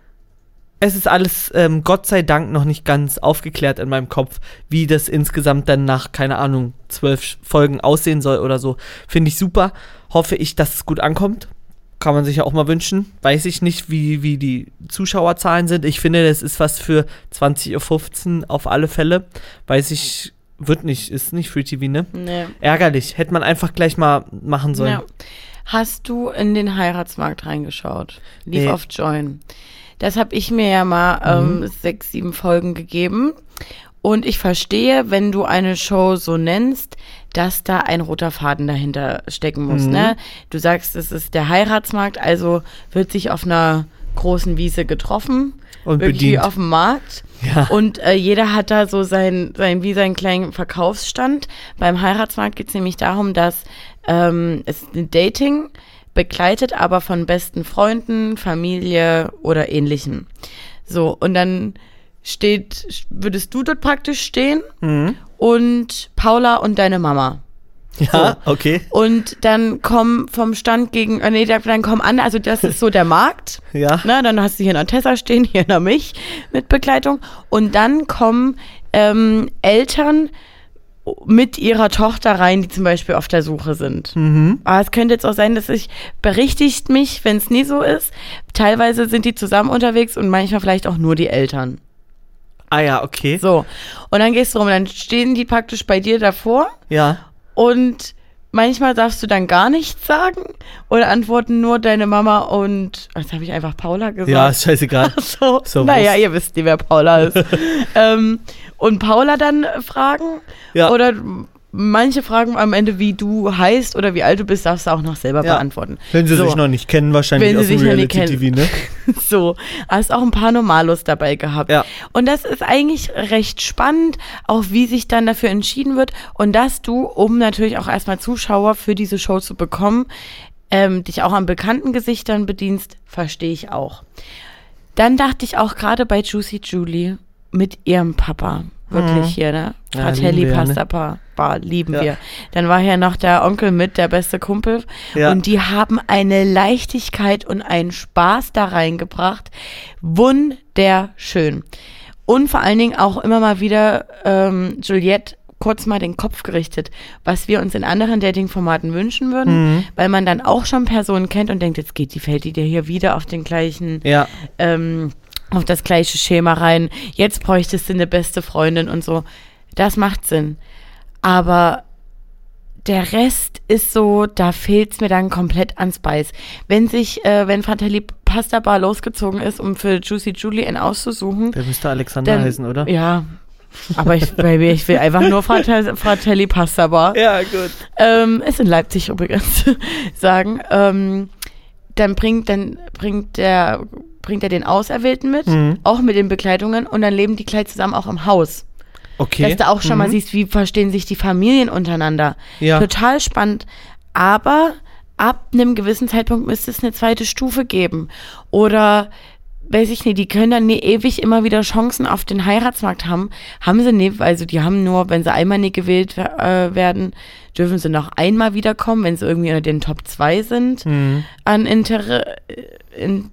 es ist alles, ähm, Gott sei Dank, noch nicht ganz aufgeklärt in meinem Kopf, wie das insgesamt dann nach, keine Ahnung, zwölf Folgen aussehen soll oder so. Finde ich super. Hoffe ich, dass es gut ankommt. Kann man sich ja auch mal wünschen. Weiß ich nicht, wie, wie die Zuschauerzahlen sind. Ich finde, das ist was für zwanzig Uhr fünfzehn auf alle Fälle. Weiß ich, wird nicht, ist nicht Free T V, ne? Nee. Ärgerlich. Hätte man einfach gleich mal machen sollen. Ja. Hast du in den Heiratsmarkt reingeschaut? Lief Nee. auf Join. Das habe ich mir ja mal ähm, Mhm. sechs, sieben Folgen gegeben. Und ich verstehe, wenn du eine Show so nennst, dass da ein roter Faden dahinter stecken muss. Mhm. Ne? Du sagst, es ist der Heiratsmarkt, also wird sich auf einer großen Wiese getroffen. Und wirklich wie bedient. auf dem Markt. Ja. Und äh, jeder hat da so sein, sein, wie seinen kleinen Verkaufsstand. Beim Heiratsmarkt geht es nämlich darum, dass ähm, es ein Dating begleitet, aber von besten Freunden, Familie oder Ähnlichem. So, und dann steht, würdest du dort praktisch stehen Mhm. und Paula und deine Mama. Ja, okay. Und dann kommen vom Stand gegen, äh, nee, dann kommen andere, also das ist so der Markt. Ja. Ne, dann hast du hier noch Tessa stehen, hier noch mich mit Begleitung. Und dann kommen ähm, Eltern mit ihrer Tochter rein, die zum Beispiel auf der Suche sind. Mhm. Aber es könnte jetzt auch sein, dass ich, berichtigt mich, wenn es nie so ist. Teilweise sind die zusammen unterwegs und manchmal vielleicht auch nur die Eltern. Ah ja, okay. So. Und dann gehst du rum, dann stehen die praktisch bei dir davor. Ja. Und manchmal darfst du dann gar nichts sagen oder antworten nur deine Mama und, jetzt habe ich einfach Paula gesagt. Ja, ist scheißegal. so, So, naja, was? ihr wisst nicht, wer Paula ist. ähm, und Paula dann fragen Ja. oder manche fragen am Ende, wie du heißt oder wie alt du bist, darfst du auch noch selber Ja. beantworten. Wenn sie so. sich noch nicht kennen, wahrscheinlich Wenn aus sie dem sich noch nicht Reality-T V, ne? So, hast auch ein paar Normalos dabei gehabt. Ja. Und das ist eigentlich recht spannend, auch wie sich dann dafür entschieden wird und dass du, um natürlich auch erstmal Zuschauer für diese Show zu bekommen, ähm, dich auch an bekannten Gesichtern bedienst, verstehe ich auch. Dann dachte ich auch gerade bei Juicy Julie mit ihrem Papa, wirklich Mhm. hier, ne? Ja, Fratelli lieben wir, ne? Pasta Bar, Bar, lieben Ja. wir. Dann war hier noch der Onkel mit, der beste Kumpel. Ja. Und die haben eine Leichtigkeit und einen Spaß da reingebracht. Wunderschön. Und vor allen Dingen auch immer mal wieder ähm, Juliette kurz mal den Kopf gerichtet, was wir uns in anderen Dating-Formaten wünschen würden, Mhm. weil man dann auch schon Personen kennt und denkt, jetzt geht die, fällt die dir hier wieder auf den gleichen Ja. ähm, auf das gleiche Schema rein. Jetzt bräuchtest du eine beste Freundin und so. Das macht Sinn. Aber der Rest ist so, da fehlt's mir dann komplett an Spice. Wenn sich, äh, wenn Fratelli Pasta Bar losgezogen ist, um für Juicy Julie einen auszusuchen, Der müsste Alexander dann, heißen, oder? ja, aber ich, Baby, ich will einfach nur Fratel, Fratelli Pasta Bar. Ja, gut. Ähm, ist in Leipzig übrigens, sagen. Ähm, dann bringt, dann bringt der, bringt er den Auserwählten mit, Mhm. auch mit den Bekleidungen und dann leben die gleich zusammen auch im Haus. Okay. Dass du auch schon Mhm. mal siehst, wie verstehen sich die Familien untereinander. Ja. Total spannend. Aber ab einem gewissen Zeitpunkt müsste es eine zweite Stufe geben. Oder, weiß ich nicht, die können dann nie ewig immer wieder Chancen auf den Heiratsmarkt haben. Haben sie nicht, also die haben nur, wenn sie einmal nicht gewählt äh, werden, dürfen sie noch einmal wiederkommen, wenn sie irgendwie unter den Top zwei sind. Mhm. An Inter... In,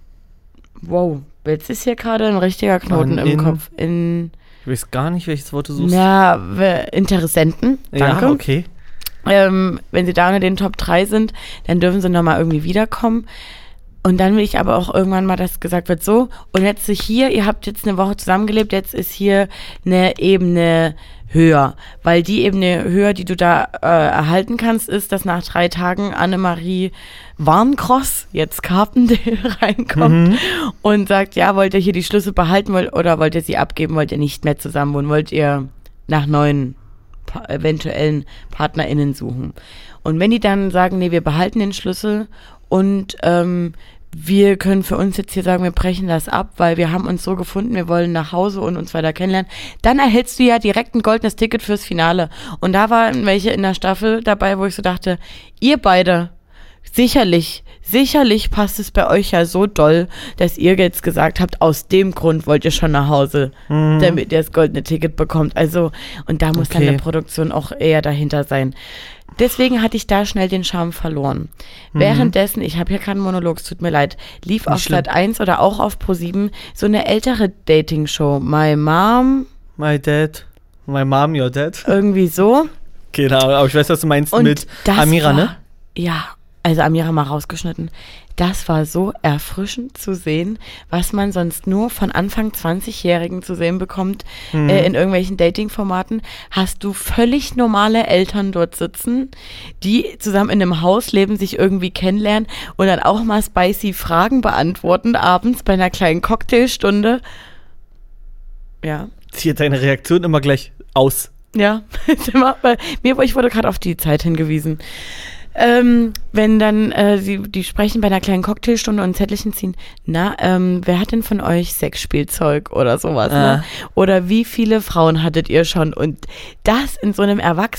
wow, jetzt ist hier gerade ein richtiger Knoten An im in- Kopf. In... Ich weiß gar nicht, welches Wort du suchst. Na, w- Interessenten, danke. Ja, okay. Ähm, wenn sie da unter den Top drei sind, dann dürfen sie nochmal irgendwie wiederkommen. Und dann will ich aber auch irgendwann mal, dass gesagt wird, so, und jetzt ist hier, ihr habt jetzt eine Woche zusammengelebt, jetzt ist hier eine Ebene höher. Weil die Ebene höher, die du da äh, erhalten kannst, ist, dass nach drei Tagen Annemarie Warncross, jetzt Carpendale, reinkommt Mhm. und sagt, ja, wollt ihr hier die Schlüssel behalten wollt, oder wollt ihr sie abgeben, wollt ihr nicht mehr zusammen wohnen, wollt ihr nach neuen pa- eventuellen PartnerInnen suchen. Und wenn die dann sagen, nee, wir behalten den Schlüssel und ähm, wir können für uns jetzt hier sagen, wir brechen das ab, weil wir haben uns so gefunden, wir wollen nach Hause und uns weiter kennenlernen, dann erhältst du ja direkt ein goldenes Ticket fürs Finale. Und da waren welche in der Staffel dabei, wo ich so dachte, ihr beide sicherlich, sicherlich passt es bei euch ja so doll, dass ihr jetzt gesagt habt, aus dem Grund wollt ihr schon nach Hause, mhm. damit ihr das goldene Ticket bekommt. Also, und da muss okay. dann eine Produktion auch eher dahinter sein. Deswegen hatte ich da schnell den Charme verloren. Mhm. Währenddessen, ich habe hier keinen Monolog, es tut mir leid, lief Nicht auf Sat eins oder auch auf ProSieben so eine ältere Dating-Show. My Mom. My Dad. My Mom, Your Dad. Irgendwie so. Genau, aber ich weiß, was du meinst und mit Amira, war, ne? Ja, also Amira mal rausgeschnitten. Das war so erfrischend zu sehen, was man sonst nur von Anfang zwanzigjährigen zu sehen bekommt, mhm. äh, in irgendwelchen Dating-Formaten. Hast du völlig normale Eltern dort sitzen, die zusammen in einem Haus leben, sich irgendwie kennenlernen und dann auch mal spicy Fragen beantworten, abends bei einer kleinen Cocktailstunde. Ja. Zieht deine Reaktion immer gleich aus. Ja, bei mir, ich wurde gerade auf die Zeit hingewiesen. Ähm, wenn dann äh, sie, die sprechen bei einer kleinen Cocktailstunde und ein Zettelchen ziehen, na, ähm, wer hat denn von euch Sexspielzeug oder sowas, ah. ne? Oder wie viele Frauen hattet ihr schon? Und das in so einem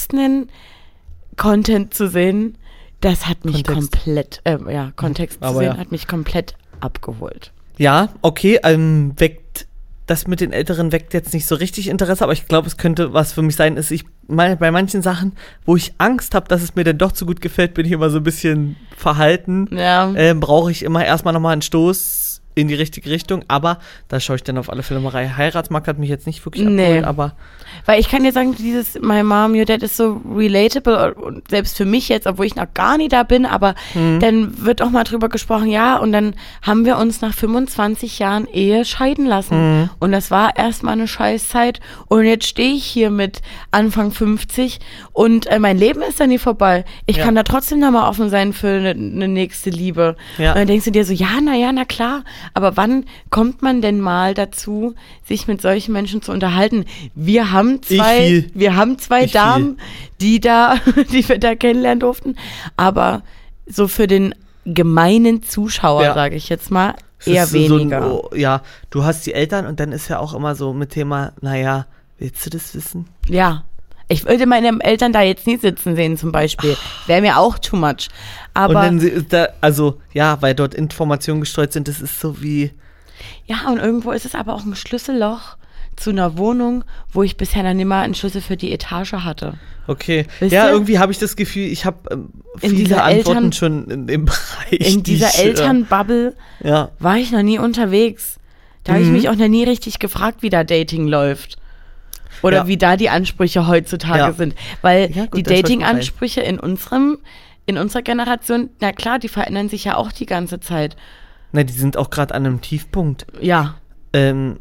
Erwachsenen-Content zu sehen, das hat mich Kontext. komplett, äh, ja, Kontext zu Aber sehen, ja. hat mich komplett abgeholt. Ja, okay, ähm, weckt das mit den Älteren weckt jetzt nicht so richtig Interesse, aber ich glaube, es könnte was für mich sein. Ist ich mal, bei manchen Sachen, wo ich Angst habe, dass es mir dann doch zu gut gefällt, bin ich immer so ein bisschen verhalten. Ja. Ähm, brauche ich immer erstmal nochmal einen Stoß in die richtige Richtung, aber da schaue ich dann auf alle Fälle mal rein. Heiratsmarkt hat mich jetzt nicht wirklich nee. abgeholt, aber weil ich kann dir sagen, dieses My Mom, Your Dad ist so relatable und selbst für mich jetzt, obwohl ich noch gar nie da bin, aber mhm. dann wird auch mal drüber gesprochen, ja, und dann haben wir uns nach fünfundzwanzig Jahren Ehe scheiden lassen mhm. und das war erstmal eine Scheißzeit und jetzt stehe ich hier mit Anfang fünfzig und äh, mein Leben ist dann nie vorbei. Ich ja. kann da trotzdem nochmal offen sein für eine ne nächste Liebe. Ja. Und dann denkst du dir so, ja, na ja, na klar, aber wann kommt man denn mal dazu, sich mit solchen Menschen zu unterhalten? Wir haben zwei, wir haben zwei ich Damen, viel. die da, die wir da kennenlernen durften, aber so für den gemeinen Zuschauer, ja. sage ich jetzt mal, eher weniger. So ein, ja, du hast die Eltern und dann ist ja auch immer so mit Thema, naja, willst du das wissen? Ja. Ich würde meine Eltern da jetzt nie sitzen sehen zum Beispiel. Wäre mir auch too much. Aber und dann, da, also, ja, weil dort Informationen gestreut sind, das ist so wie... Ja, und irgendwo ist es aber auch ein Schlüsselloch zu einer Wohnung, wo ich bisher dann immer einen Schlüssel für die Etage hatte. Okay. Wisst ja, ihr? irgendwie habe ich das Gefühl, ich habe ähm, viele dieser Antworten Eltern, schon in dem Bereich. In dieser ich, Elternbubble ja. war ich noch nie unterwegs. Da mhm. habe ich mich auch noch nie richtig gefragt, wie da Dating läuft. Oder ja. wie da die Ansprüche heutzutage ja. sind. Weil ja, gut, die Dating-Ansprüche in unserem, in unserer Generation, na klar, die verändern sich ja auch die ganze Zeit. Na, die sind auch gerade an einem Tiefpunkt. Ja. Ähm,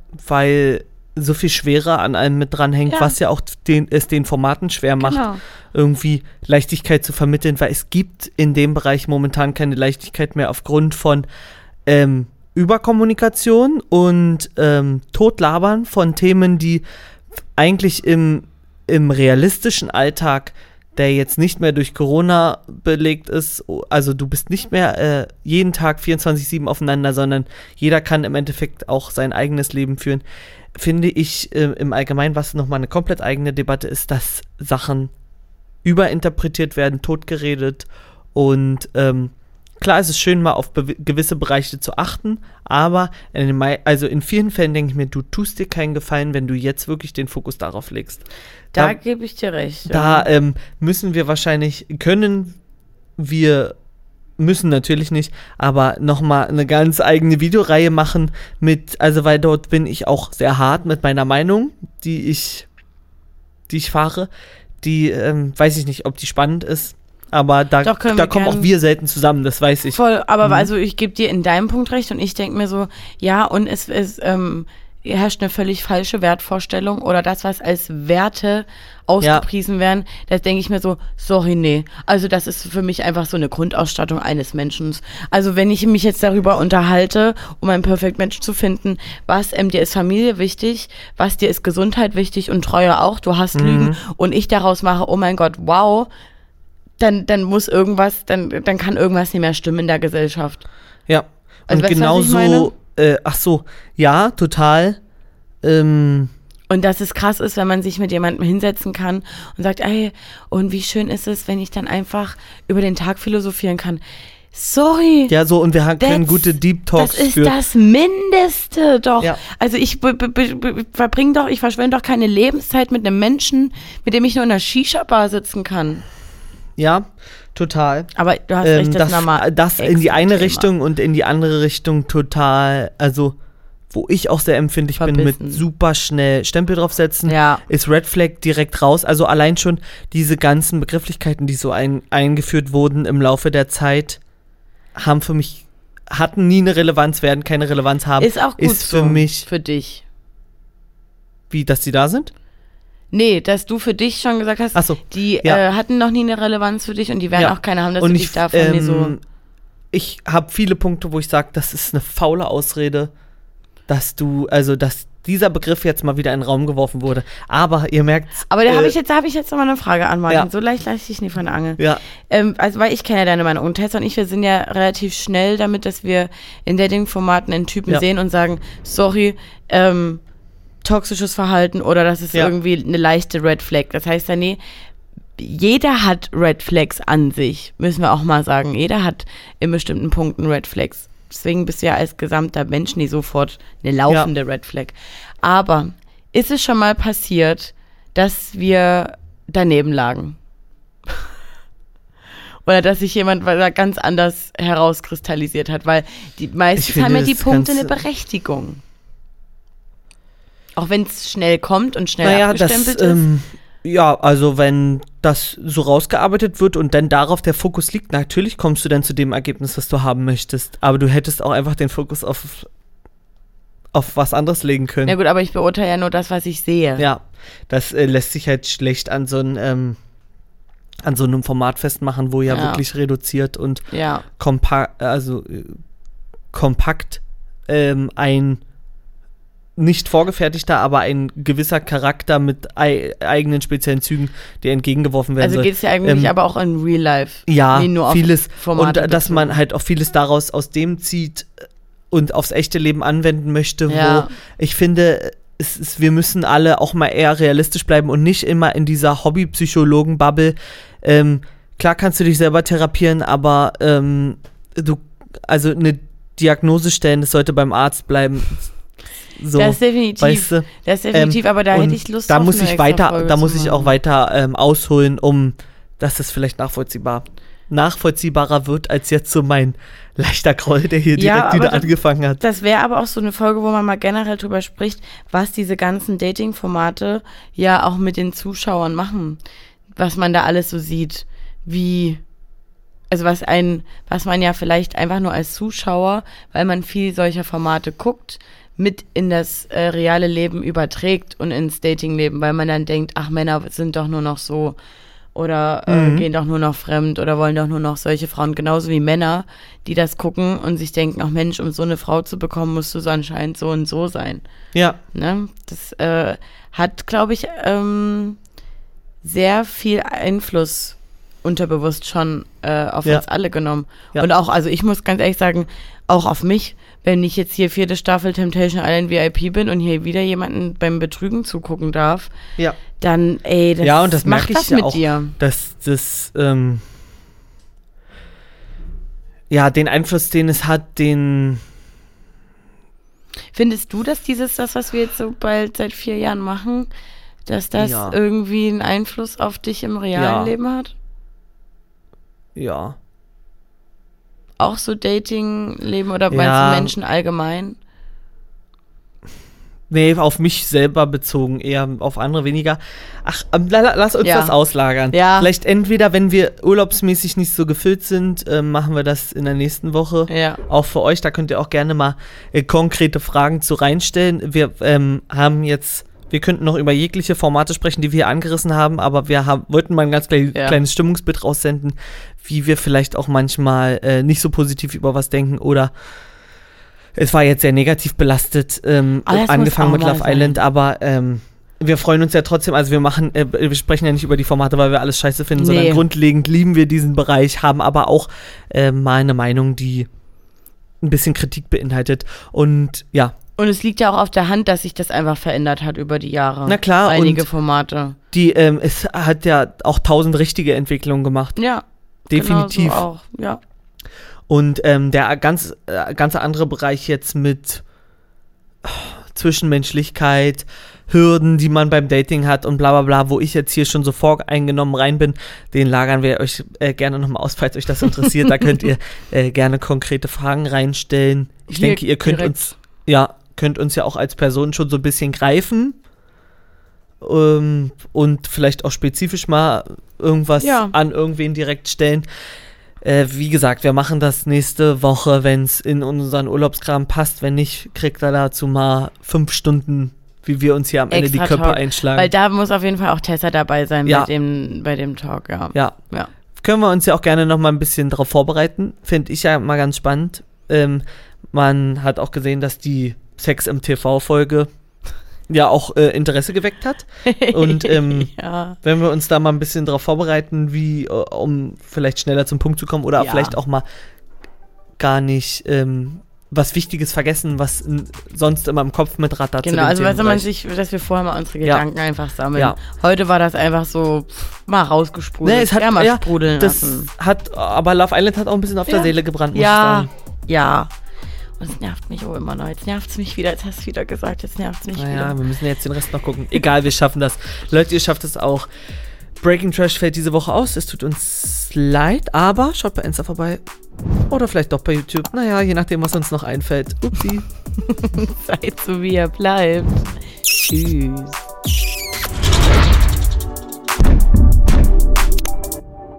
weil so viel schwerer an allem mit dranhängt, ja. was ja auch den, es den Formaten schwer macht, genau. irgendwie Leichtigkeit zu vermitteln, weil es gibt in dem Bereich momentan keine Leichtigkeit mehr aufgrund von ähm, Überkommunikation und ähm, Totlabern von Themen, die eigentlich im, im realistischen Alltag, der jetzt nicht mehr durch Corona belegt ist, also du bist nicht mehr äh, jeden Tag vierundzwanzig sieben aufeinander, sondern jeder kann im Endeffekt auch sein eigenes Leben führen, finde ich äh, im Allgemeinen, was nochmal eine komplett eigene Debatte ist, dass Sachen überinterpretiert werden, totgeredet und ähm, klar, es ist schön, mal auf be- gewisse Bereiche zu achten, aber in, den Me- also in vielen Fällen denke ich mir, du tust dir keinen Gefallen, wenn du jetzt wirklich den Fokus darauf legst. Da, da gebe ich dir recht. Da ja. ähm, müssen wir wahrscheinlich, können wir, müssen natürlich nicht, aber nochmal eine ganz eigene Videoreihe machen mit, also weil dort bin ich auch sehr hart mit meiner Meinung, die ich, die ich fahre, die, ähm, weiß ich nicht, ob die spannend ist. Aber da, da kommen auch wir selten zusammen, das weiß ich. Voll, aber mhm. also ich gebe dir in deinem Punkt recht und ich denke mir so, ja, und es, es ähm, herrscht eine völlig falsche Wertvorstellung oder das, was als Werte ausgepriesen ja. werden, das denke ich mir so, sorry, nee. Also das ist für mich einfach so eine Grundausstattung eines Menschen. Also wenn ich mich jetzt darüber unterhalte, um einen Perfect Match zu finden, was ähm, dir ist Familie wichtig, was dir ist Gesundheit wichtig und Treue auch, du hast mhm. Lügen und ich daraus mache, oh mein Gott, wow, Dann, dann muss irgendwas, dann, dann kann irgendwas nicht mehr stimmen in der Gesellschaft. Ja, also und genau so, äh, ach so, ja, total. Ähm, Und dass es krass ist, wenn man sich mit jemandem hinsetzen kann und sagt, ey, und wie schön ist es, wenn ich dann einfach über den Tag philosophieren kann. Sorry. Ja, so, und wir haben, können gute Deep Talks Das ist für das Mindeste doch. Ja. Also ich be- be- be- verbringe doch, ich verschwende doch keine Lebenszeit mit einem Menschen, mit dem ich nur in einer Shisha-Bar sitzen kann. Ja, total. Aber du hast Ähm, recht, das, das ist nochmal das in die extra eine Thema. Richtung und in die andere Richtung total, also wo ich auch sehr empfindlich bin Verbissen. mit super schnell Stempel draufsetzen, Ja. ist Red Flag direkt raus. Also allein schon diese ganzen Begrifflichkeiten, die so ein, eingeführt wurden im Laufe der Zeit, haben für mich, hatten nie eine Relevanz, werden keine Relevanz haben. Ist auch gut ist für so, mich, für dich. wie, dass die da sind? Nee, dass du für dich schon gesagt hast, Ach so, die ja. äh, hatten noch nie eine Relevanz für dich und die werden Ja. auch keine haben, dass Und du ich, dich davon ähm, nie so... ich habe viele Punkte, wo ich sage, das ist eine faule Ausrede, dass du, also dass dieser Begriff jetzt mal wieder in den Raum geworfen wurde. Aber ihr merkt, Aber da äh, habe ich jetzt, da habe ich jetzt noch mal eine Frage an Martin. Ja. So leicht lasse ich nicht von der Angel. ja, Ähm, also, weil ich kenne ja deine Meinung. Und Tessa und ich, wir sind ja relativ schnell damit, dass wir in Dating-Formaten einen Typen Ja. sehen und sagen, sorry, ähm, toxisches Verhalten oder das ist Ja. irgendwie eine leichte Red Flag. Das heißt ja, nee, jeder hat Red Flags an sich, müssen wir auch mal sagen. Jeder hat in bestimmten Punkten Red Flags. Deswegen bist du ja als gesamter Mensch nie sofort eine laufende Red Flag. Aber ist es schon mal passiert, dass wir daneben lagen? Oder dass sich jemand ganz anders herauskristallisiert hat? Weil die meistens Ich finde, haben ja die das Punkte eine Ganze- Berechtigung. Auch wenn es schnell kommt und schnell naja, das, abgestempelt ist. ähm, ja, also wenn das so rausgearbeitet wird und dann darauf der Fokus liegt, natürlich kommst du dann zu dem Ergebnis, was du haben möchtest. Aber du hättest auch einfach den Fokus auf, auf was anderes legen können. Ja gut, aber ich beurteile ja nur das, was ich sehe. Ja, das äh, lässt sich halt schlecht an so, ein, ähm, an so einem Format festmachen, wo ja, Ja. wirklich reduziert und Ja. kompa also, äh, kompakt ähm, ein nicht vorgefertigter, aber ein gewisser Charakter mit ei eigenen speziellen Zügen, der entgegengeworfen werden Also soll. geht es ja eigentlich Ähm, aber auch in Real Life. Ja, nie nur auf vieles. Formate Und dass bezogen. man halt auch vieles daraus aus dem zieht und aufs echte Leben anwenden möchte, Ja. wo ich finde, es ist, wir müssen alle auch mal eher realistisch bleiben und nicht immer in dieser Hobby-Psychologen-Bubble. Ähm, klar kannst du dich selber therapieren, aber ähm, du, also eine Diagnose stellen, das sollte beim Arzt bleiben. So, das ist definitiv, weißt du? das ist definitiv, Ähm, aber da und hätte ich Lust da auf muss eine ich extra weiter, Folge da zu muss ich auch machen. weiter ähm, ausholen, um dass es vielleicht nachvollziehbar nachvollziehbarer wird als jetzt so mein leichter Groll, der hier Ja, direkt aber wieder das- angefangen hat. Das wäre aber auch so eine Folge, wo man mal generell drüber spricht, was diese ganzen Dating-Formate ja auch mit den Zuschauern machen. Was man da alles so sieht. Wie, also was ein, was man ja vielleicht einfach nur als Zuschauer, weil man viel solcher Formate guckt, mit in das äh, reale Leben überträgt und ins Datingleben, weil man dann denkt, ach, Männer sind doch nur noch so oder äh, Mhm. gehen doch nur noch fremd oder wollen doch nur noch solche Frauen, genauso wie Männer, die das gucken und sich denken, ach Mensch, um so eine Frau zu bekommen, musst du so anscheinend so und so sein. Ja, Ne? Das äh, hat, glaube ich, ähm, sehr viel Einfluss unterbewusst schon äh, auf Ja. uns alle genommen. Ja. Und auch, also ich muss ganz ehrlich sagen, auch auf mich, wenn ich jetzt hier vierte Staffel Temptation Island V I P bin und hier wieder jemanden beim Betrügen zugucken darf, ja. dann, ey, das, Ja, und das macht merke ich was ja mit auch. dir. Dass das, ähm, ja, den Einfluss, den es hat, den, Findest du, dass dieses, das, was wir jetzt so bald seit vier Jahren machen, dass das Ja. irgendwie einen Einfluss auf dich im realen Ja. Leben hat? ja. Auch so Dating-Leben oder meinst Ja. du Menschen allgemein? Nee, auf mich selber bezogen, eher auf andere weniger. Ach, ähm, la- la- lass uns Ja. das auslagern. Ja. Vielleicht entweder, wenn wir urlaubsmäßig nicht so gefüllt sind, ähm, machen wir das in der nächsten Woche. Ja. Auch für euch, da könnt ihr auch gerne mal äh, konkrete Fragen zu reinstellen. Wir ähm, haben jetzt, wir könnten noch über jegliche Formate sprechen, die wir hier angerissen haben, aber wir haben, wollten mal ein ganz klein, Ja. kleines Stimmungsbild raussenden, wie wir vielleicht auch manchmal äh, nicht so positiv über was denken oder es war jetzt sehr negativ belastet, ähm, Aber das muss angefangen auch mit mal Love sein. Island, aber ähm, wir freuen uns ja trotzdem, also wir machen, äh, wir sprechen ja nicht über die Formate, weil wir alles scheiße finden, Nee. sondern grundlegend lieben wir diesen Bereich, haben aber auch äh, mal eine Meinung, die ein bisschen Kritik beinhaltet. Und ja, Und es liegt ja auch auf der Hand, dass sich das einfach verändert hat über die Jahre. Na klar. Einige und Formate. Die, ähm, es hat ja auch tausend richtige Entwicklungen gemacht. Ja. Definitiv. Genau so auch, ja. Und ähm, der ganz, äh, ganz andere Bereich jetzt mit oh, Zwischenmenschlichkeit, Hürden, die man beim Dating hat und bla bla bla, wo ich jetzt hier schon so voreingenommen rein bin, den lagern wir euch äh, gerne nochmal aus, falls euch das interessiert. Da könnt ihr äh, gerne konkrete Fragen reinstellen. Ich Hier denke, ihr könnt direkt. uns, ja, könnt uns ja auch als Person schon so ein bisschen greifen. Ähm, und vielleicht auch spezifisch mal irgendwas Ja. an irgendwen direkt stellen. Äh, wie gesagt, wir machen das nächste Woche, wenn es in unseren Urlaubskram passt. Wenn nicht, kriegt er dazu mal fünf Stunden, wie wir uns hier am Ende Extra die Köpfe Talk. einschlagen. Weil da muss auf jeden Fall auch Tessa dabei sein Ja. bei, dem, bei dem Talk, ja. ja. Ja. Können wir uns ja auch gerne noch mal ein bisschen darauf vorbereiten. Finde ich ja mal ganz spannend. Ähm, man hat auch gesehen, dass die Sex im T V-Folge ja auch äh, Interesse geweckt hat. Und ähm, ja. wenn wir uns da mal ein bisschen darauf vorbereiten, wie, äh, um vielleicht schneller zum Punkt zu kommen oder Ja. vielleicht auch mal gar nicht ähm, was Wichtiges vergessen, was n- sonst immer im Kopf mitrattert. zu Genau, dem also weißt du, man Themenbereich. sich, dass wir vorher mal unsere Ja. Gedanken einfach sammeln. Ja. Heute war das einfach so pff, mal rausgesprudelt. Nee, es hat, ja, mal ja, sprudeln das lassen. hat, aber Love Island hat auch ein bisschen auf der Ja. Seele gebrannt, muss Ja, ich sagen. ja. Und es nervt mich auch immer noch. Jetzt nervt es mich wieder. Jetzt hast du es wieder gesagt. Jetzt nervt es mich Naja, wieder. wir müssen jetzt den Rest noch gucken. Egal, wir schaffen das. Leute, ihr schafft es auch. Breaking Trash fällt diese Woche aus. Es tut uns leid, aber schaut bei Insta vorbei. Oder vielleicht doch bei YouTube. Naja, je nachdem, was uns noch einfällt. Upsi. Seid so, wie ihr bleibt. Tschüss.